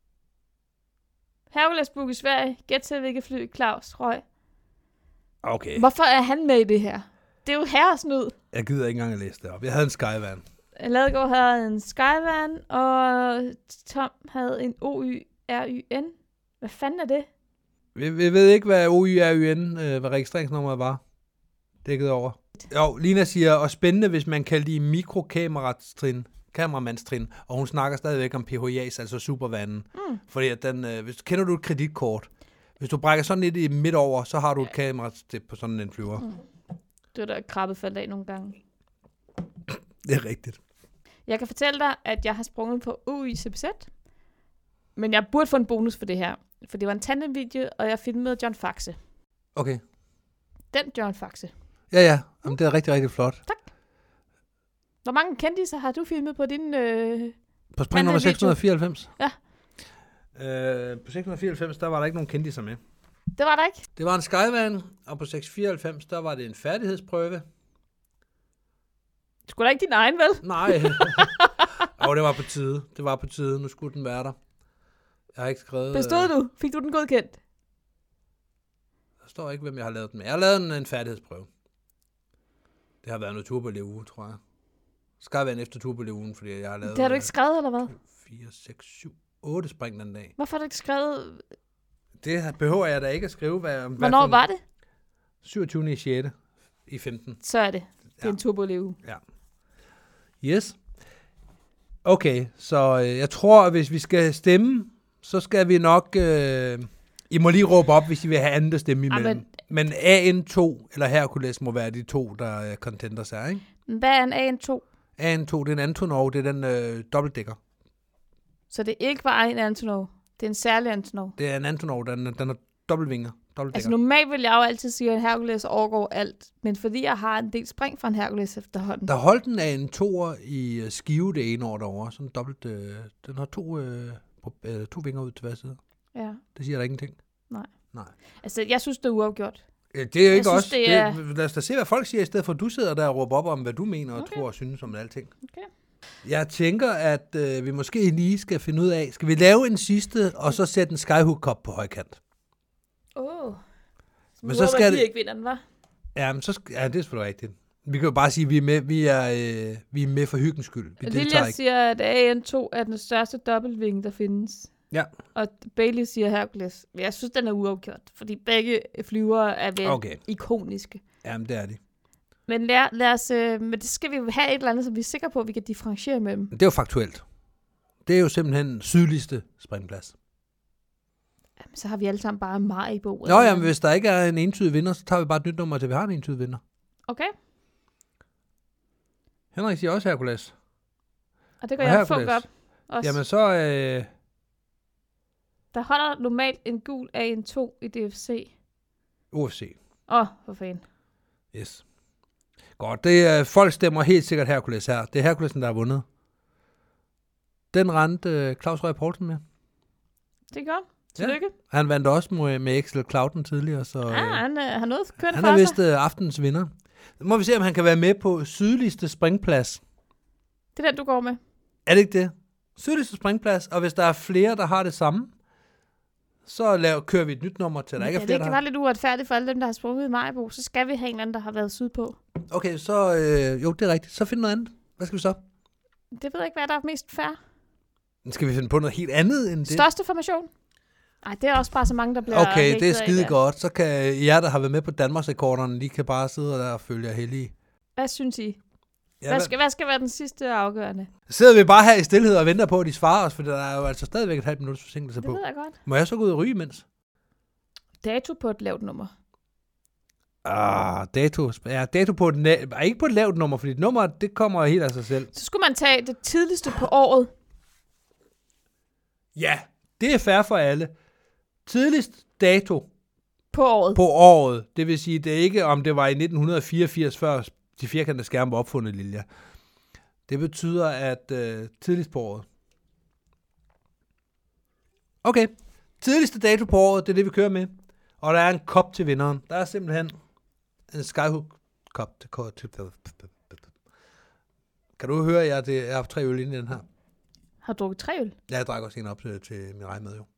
book i Sverige. Gæt til, hvilket fly Claus Røg. Okay. Hvorfor er han med i det her? Det er jo herresnyd. Jeg gider ikke engang at læse det op. Jeg havde en Skyvan. Ladegaard havde en Skyvan, og Tom havde en OYRYN. Hvad fanden er det? Vi ved ikke, hvad OYRYN, hvad registreringsnummeret var dækket over. Jo, Lina siger, og spændende, hvis man kan lide kameramandstrin, og hun snakker stadigvæk om PHIAs, altså Supervanen. Fordi at den, kender du et kreditkort? Hvis du brækker sådan lidt i midt over, så har du et kamera på sådan en flyver. Det er der krabbet faldt af nogle gange. Det er rigtigt. Jeg kan fortælle dig, at jeg har sprunget på UICBZ, men jeg burde få en bonus for det her. For det var en tandemvideo, og jeg filmede John Faxe. Okay. Den John Faxe. Ja. Jamen, det er rigtig, rigtig flot. Tak. Hvor mange kendiser har du filmet på din på spring nummer 694? Ja. På 694, der var der ikke nogen kendiser med. Det var der ikke? Det var en Skyvan, og på 694, der var det en færdighedsprøve. Skulle da ikke din egen, vel? Nej. Det var på tide. Det var på tide. Nu skulle den være der. Jeg har ikke skrevet... Bestod du? Fik du den godkendt? Der står ikke, hvem jeg har lavet den med. Jeg har lavet en færdighedsprøve. Det har været noget turbo-uge, tror jeg. Skyvan efter turbo-ugen, fordi jeg har lavet... Det har du ikke skrevet, eller hvad? 4, 6, 7, 8 spring den dag. Hvorfor har du ikke skrevet... Det behøver jeg da ikke at skrive. Hvornår var det? 27. i 6. i 15. Så er det. Det er en turbo-uge. Ja. Yes. Okay, så jeg tror, at hvis vi skal stemme, så skal vi nok... I må lige råbe op, hvis I vil have andet at stemme imellem. Men AN2 eller Hercules må være de to, der contenders er, ikke? Hvad er en AN2? AN2, det er en Antonov, det er den dobbeltdækker. Så det ikke bare en Antonov. Det er en særlig Antonov. Det er en Antonov, den har dobbeltvinger. Altså normalt vil jeg jo altid sige, at en Hercules overgår alt. Men fordi jeg har en del spring fra en Hercules efterhånden. Der holdt den af en toer i Skive det ene år derovre. Sådan dobbelt, den har to vinger ud til hver side. Ja. Det siger der ingenting. Nej. Nej. Altså, jeg synes, det er uafgjort. Det er jo ikke også. Det er... Lad os da se, hvad folk siger, i stedet for at du sidder der og råber op om, hvad du mener og tror og synes om alting. Okay. Jeg tænker, at vi måske lige skal finde ud af, skal vi lave en sidste, og så sætte en Skyhook Cup på højkant? Men så skal det ikke vinder den, hva'? Ja, men så det er selvfølgelig rigtigt. Vi kan jo bare sige, at vi er med, vi er med for hyggens skyld. Lilja siger, at AN2 er den største dobbeltvinge, der findes. Ja. Og Bailey siger Hercules. Jeg synes, den er uafgjort, fordi begge flyver er vel ikoniske. Jamen, det er de. Men lad os, men det skal vi have et eller andet, så vi er sikre på, at vi kan differentiere mellem. Det er jo faktuelt. Det er jo simpelthen sydligste springplads. Jamen, så har vi alle sammen bare Maribo. Nå, jamen, hvis der ikke er en entydig vinder, så tager vi bare et nyt nummer, til vi har en entydig vinder. Okay. Henrik siger også Hercules. Og det gør jeg fuck op. Også. Jamen, så... Der holder normalt en gul AN2 i DFC. UFC. For fanden. Yes. Godt, det er, folk stemmer helt sikkert Hercules her. Det er Herculesen, der har vundet. Den rendte Claus Røger Poulsen med. Det gør. Tillykke. Ja. Han vandt også med Axel Clouden tidligere. Så, han har noget kørt for sig. Han er vist aftens vinder. Så må vi se, om han kan være med på sydligste springplads. Det er den, du går med. Er det ikke det? Sydligste springplads, og hvis der er flere, der har det samme, så kører vi et nyt nummer til, der ikke er flere, det kan være lidt uretfærdigt for alle dem, der har sprunget i Maribo. Så skal vi have en anden, der har været sydpå. Okay, så jo, det er rigtigt. Så find noget andet. Hvad skal vi så? Det ved jeg ikke, hvad der er mest fair. Skal vi finde på noget helt andet end det? Største formation? Nej, det er også bare så mange, der bliver okay, det er skide godt. Så kan jer, der har været med på Danmarksrekorderne, de kan bare sidde der og følge jer heldige. Hvad synes I? Ja, hvad skal være den sidste afgørende? Sidder vi bare her i stilhed og venter på, at de svarer os, for der er jo altså stadigvæk et halvt minut forsinkelse på. Det ved jeg godt. Må jeg så gå ud og ryge imens? Dato på et lavt nummer. Dato på ikke på et lavt nummer, fordi nummer, det kommer helt af sig selv. Så skulle man tage det tidligste på året. Ja, det er fair for alle. Tidligst dato på året. Det vil sige, det er ikke, om det var i 1984, før de firkantede skærme var opfundet, Lilja. Det betyder, at tidligst på året. Okay. Tidligste dato på året, det er det, vi kører med. Og der er en kop til vinderen. Der er simpelthen en Skyhook kop til. Kan du høre, at jeg har 3 øl inde i den her? Har du drukket 3 øl? Ja, jeg drikker også en op til min regnmad, jo.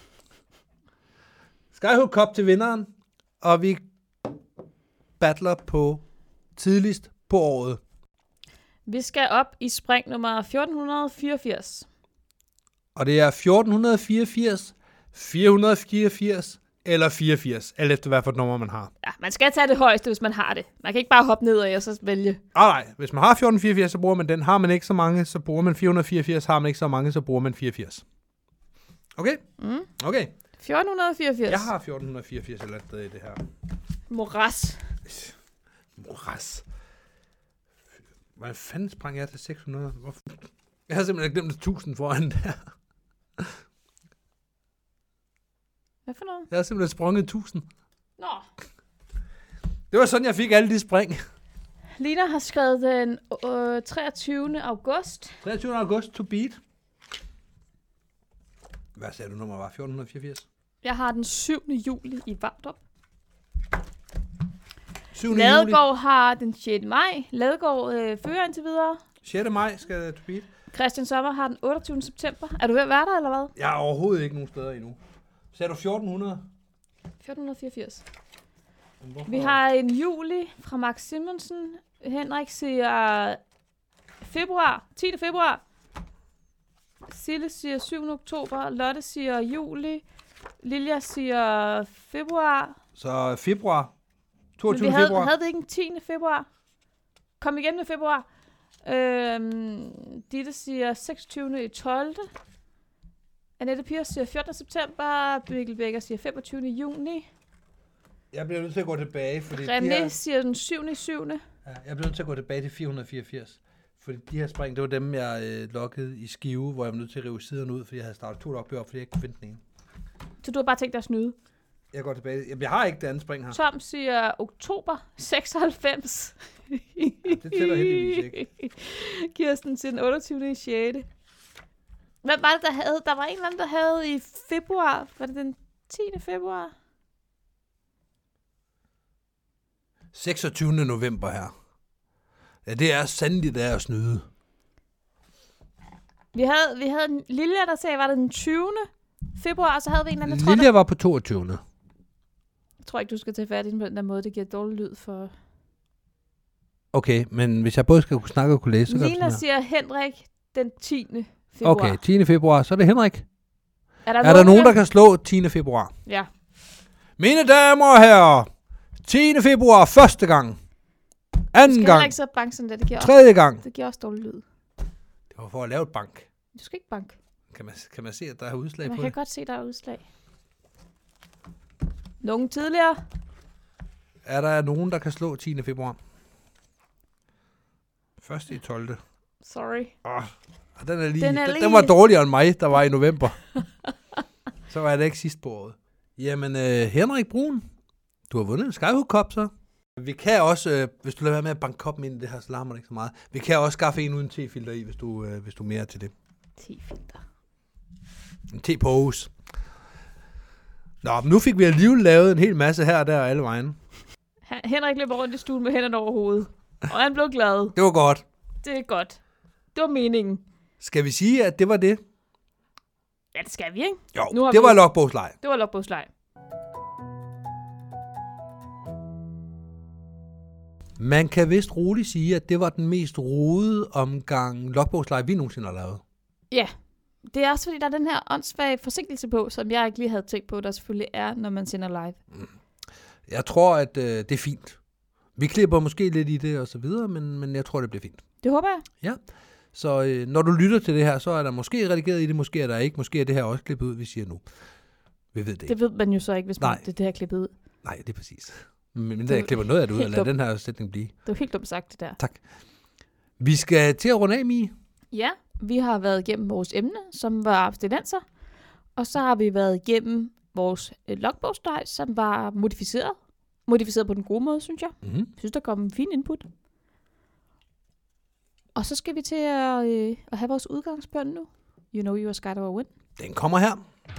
Skyhook kop til vinderen, og vi battler på tidligst på året. Vi skal op i spring nummer 1484. Og det er 1484, 484 eller 84, alt efter hvad for et nummer man har. Ja, man skal tage det højeste, hvis man har det. Man kan ikke bare hoppe ned og så vælge. Nej, hvis man har 1484, så bruger man den. Har man ikke så mange, så bruger man 484. Har man ikke så mange, så bruger man 84. Okay? Okay. 1484. Jeg har 1484 eller et sted i det her. Moras. Hvad fanden sprang jeg til 600? Hvorfor? Jeg har simpelthen glemt 1000 foran der. Hvad for noget? Jeg har simpelthen sprunget 1000. Nå. Det var sådan, jeg fik alle de spring. Lina har skrevet den 23. august. 23. august to beat. Hvad sagde du nummer var? 1484? Jeg har den 7. juli i Vamdrup. 7. Ladegaard har den 6. maj. Ladegaard fører indtil videre. 6. maj skal to beat. Christian Sommer har den 28. september. Er du ved at være der, eller hvad? Jeg er overhovedet ikke nogen steder endnu. Sagde du 1400? 1484. Vi har en juli fra Max Simonsen. Henrik siger februar. 10. februar. Sille siger 7. oktober. Lotte siger juli. Lilja siger februar. Så februar. 22. februar. Havde vi ikke en 10. februar? Kom igen med februar. Ditte siger 26. i 12. Annette Piers siger 14. september. Mikkel Becker siger 25. juni. Jeg bliver nødt til at gå tilbage, fordi René siger den 7. i 7. Ja, jeg bliver nødt til at gå tilbage til 484. Fordi de her spring, det var dem, jeg lokkede i Skive, hvor jeg var nødt til at rive siderne ud, fordi jeg havde startet 2 logbøger op, fordi jeg ikke kunne finde den ene. Så du har bare tænkt dig at snyde? Jeg går tilbage. Jamen, jeg har ikke det andet spring her. Tom siger oktober 96. Ja, det tæller heldigvis ikke. Kirsten siger den 28. i 6. Hvad var det, der havde? Der var en eller anden, der havde i februar. Var det den 10. februar? 26. november her. Ja, det er sandelig der at snyde. Vi havde en Lilja, der sagde, var det den 20. februar, og så havde vi en eller anden, Lilja var på 22. Jeg tror ikke, du skal tage fat i den på den der måde. Det giver dårlig lyd for... Okay, men hvis jeg både skal kunne snakke og kunne læse, så gør Lina siger Henrik den 10. februar. Okay, 10. februar, så er det Henrik. Er der nogen, der kan slå 10. februar? Ja. Mine damer og herrer, 10. februar første gang. Anden gang. Ikke så bank sådan der. Det giver tredje gang. Det giver også dårlig lyd. Det var for at lave et bank. Du skal ikke bank. Kan man se, at der er udslag Man på kan det? godt se, der er udslag. Nogen tidligere? Er der nogen, der kan slå 10. februar? Første i 12. Sorry. Den var dårligere end mig, der var i november. Så var det ikke sidst på året. Jamen, Henrik Brun, du har vundet en Skyhook Cup, så. Vi kan også, hvis du lader være med at banke koppen ind i det her, så larmer det ikke så meget. Vi kan også skaffe en uden te-filter i, hvis du er mere til det. Te-filter. En te-pose. Nå, men nu fik vi alligevel lavet en hel masse her og der alle vejen. Henrik løber rundt i stuen med hænderne over hovedet. Og han blev glad. Det var godt. Det er godt. Det var meningen. Skal vi sige, at det var det? Ja, det skal vi, ikke? Jo, det var logbogsleg. Det var logbogsleg. Man kan vist roligt sige, at det var den mest rodede omgang logbogsleg, vi nogensinde har lavet. Ja, det er også fordi, der er den her åndssvage forsinkelse på, som jeg ikke lige havde tænkt på, der selvfølgelig er, når man sender live. Jeg tror, at det er fint. Vi klipper måske lidt i det og så videre, men jeg tror, det bliver fint. Det håber jeg. Ja, så når du lytter til det her, så er der måske redigeret i det, måske er der ikke. Måske er det her også klippet ud, vi siger nu. Vi ved det ikke. Det ved man jo så ikke, hvis man det her klippet ud. Nej, det er præcis. Men jeg klipper noget af det ud, og lader den her sætning blive. Det var helt dumt sagt, det der. Tak. Vi skal til at runde af, Mie. Ja, vi har været igennem vores emne, som var abstinenser. Og så har vi været igennem vores logbogsleg, som var modificeret. Modificeret på den gode måde, synes jeg. Mm-hmm. Jeg synes, der kom en fin input. Og så skal vi til at have vores udgangsbøn nu. You know you are skydiver win. Den kommer her.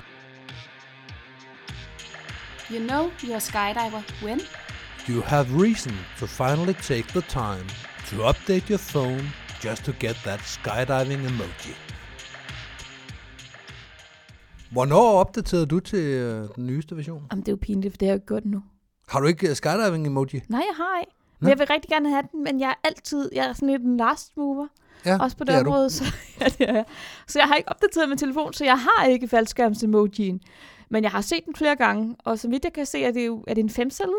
You know you are skydiver win. You have reason to finally take the time to update your phone just to get that skydiving emoji. Hvornår opdaterede du til den nyeste version? Jamen, det er jo pinligt, for det har jeg jo gjort nu. Har du ikke skydiving emoji? Nej, jeg har ikke. Men jeg vil rigtig gerne have den, men jeg er sådan lidt en last mover. Ja, også på det område. Så, ja, det er jeg. Så jeg har ikke opdateret min telefon, så jeg har ikke faldskærms-emojien. Men jeg har set den flere gange, og så vidt jeg kan se, er det en 5-cellet?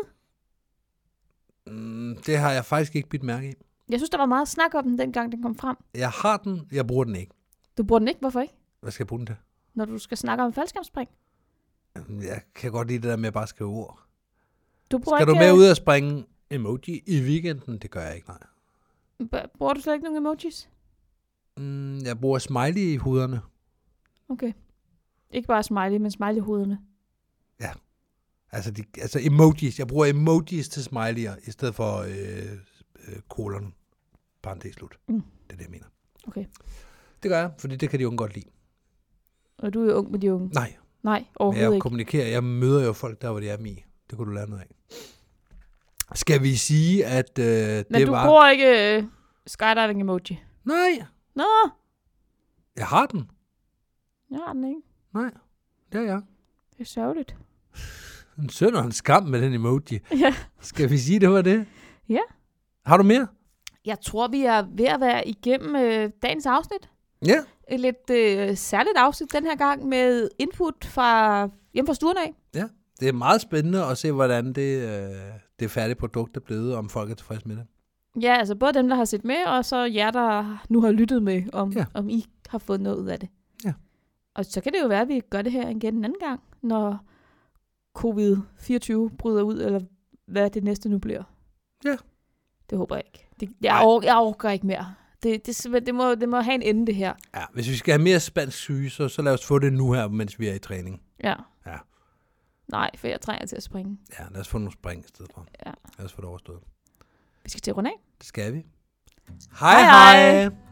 Det har jeg faktisk ikke bidt mærke i. Jeg synes, der var meget snak om den, dengang den kom frem. Jeg har den, jeg bruger den ikke. Du bruger den ikke? Hvorfor ikke? Hvad skal jeg bruge den til? Når du skal snakke om faldskærmsspring. Jeg kan godt lide det der med at bare skrive ord. Du bruger skal ikke, du med ud og springe emoji i weekenden? Det gør jeg ikke, nej. Bruger du slet ikke nogen emojis? Jeg bruger smiley i hovederne. Okay. Ikke bare smiley, men smiley i hovederne. Ja. Altså emojis. Jeg bruger emojis til smiley'er, i stedet for kolon. Parentes slut. Det er det, jeg mener. Okay. Det gør jeg, fordi det kan de unge godt lide. Og du er jo ung med de unge? Nej, overhovedet ikke. Kommunikerer. Jeg møder jo folk der, hvor de er med. Det kunne du lære noget af. Skal vi sige, at det var... Men du bruger ikke skydiving emoji? Nej. Nå. Jeg har den. Jeg har den ikke. Nej, det er jeg. Det er sørgeligt. En synd og en skam med den emoji. Ja. Skal vi sige, det var det? Ja. Har du mere? Jeg tror, vi er ved at være igennem dagens afsnit. Ja. Et lidt særligt afsnit den her gang med input fra hjemme fra stuen af. Ja, det er meget spændende at se, hvordan det færdige produkt er blevet, om folk er tilfredse med det. Ja, altså både dem, der har set med, og så jer, der nu har lyttet med, om I har fået noget ud af det. Ja. Og så kan det jo være, at vi gør det her igen en anden gang, når COVID-24 bryder ud, eller hvad det næste nu bliver. Ja. Det håber jeg ikke. Jeg orker ikke mere. Det må have en ende, det her. Ja, hvis vi skal have mere spansk syge, så lad os få det nu her, mens vi er i træning. Ja. Ja. Nej, for jeg trænger til at springe. Ja, lad os få nogle spring i stedet for. Ja. Lad os få det overstået. Vi skal til at runde af. Det skal vi. Hej hej!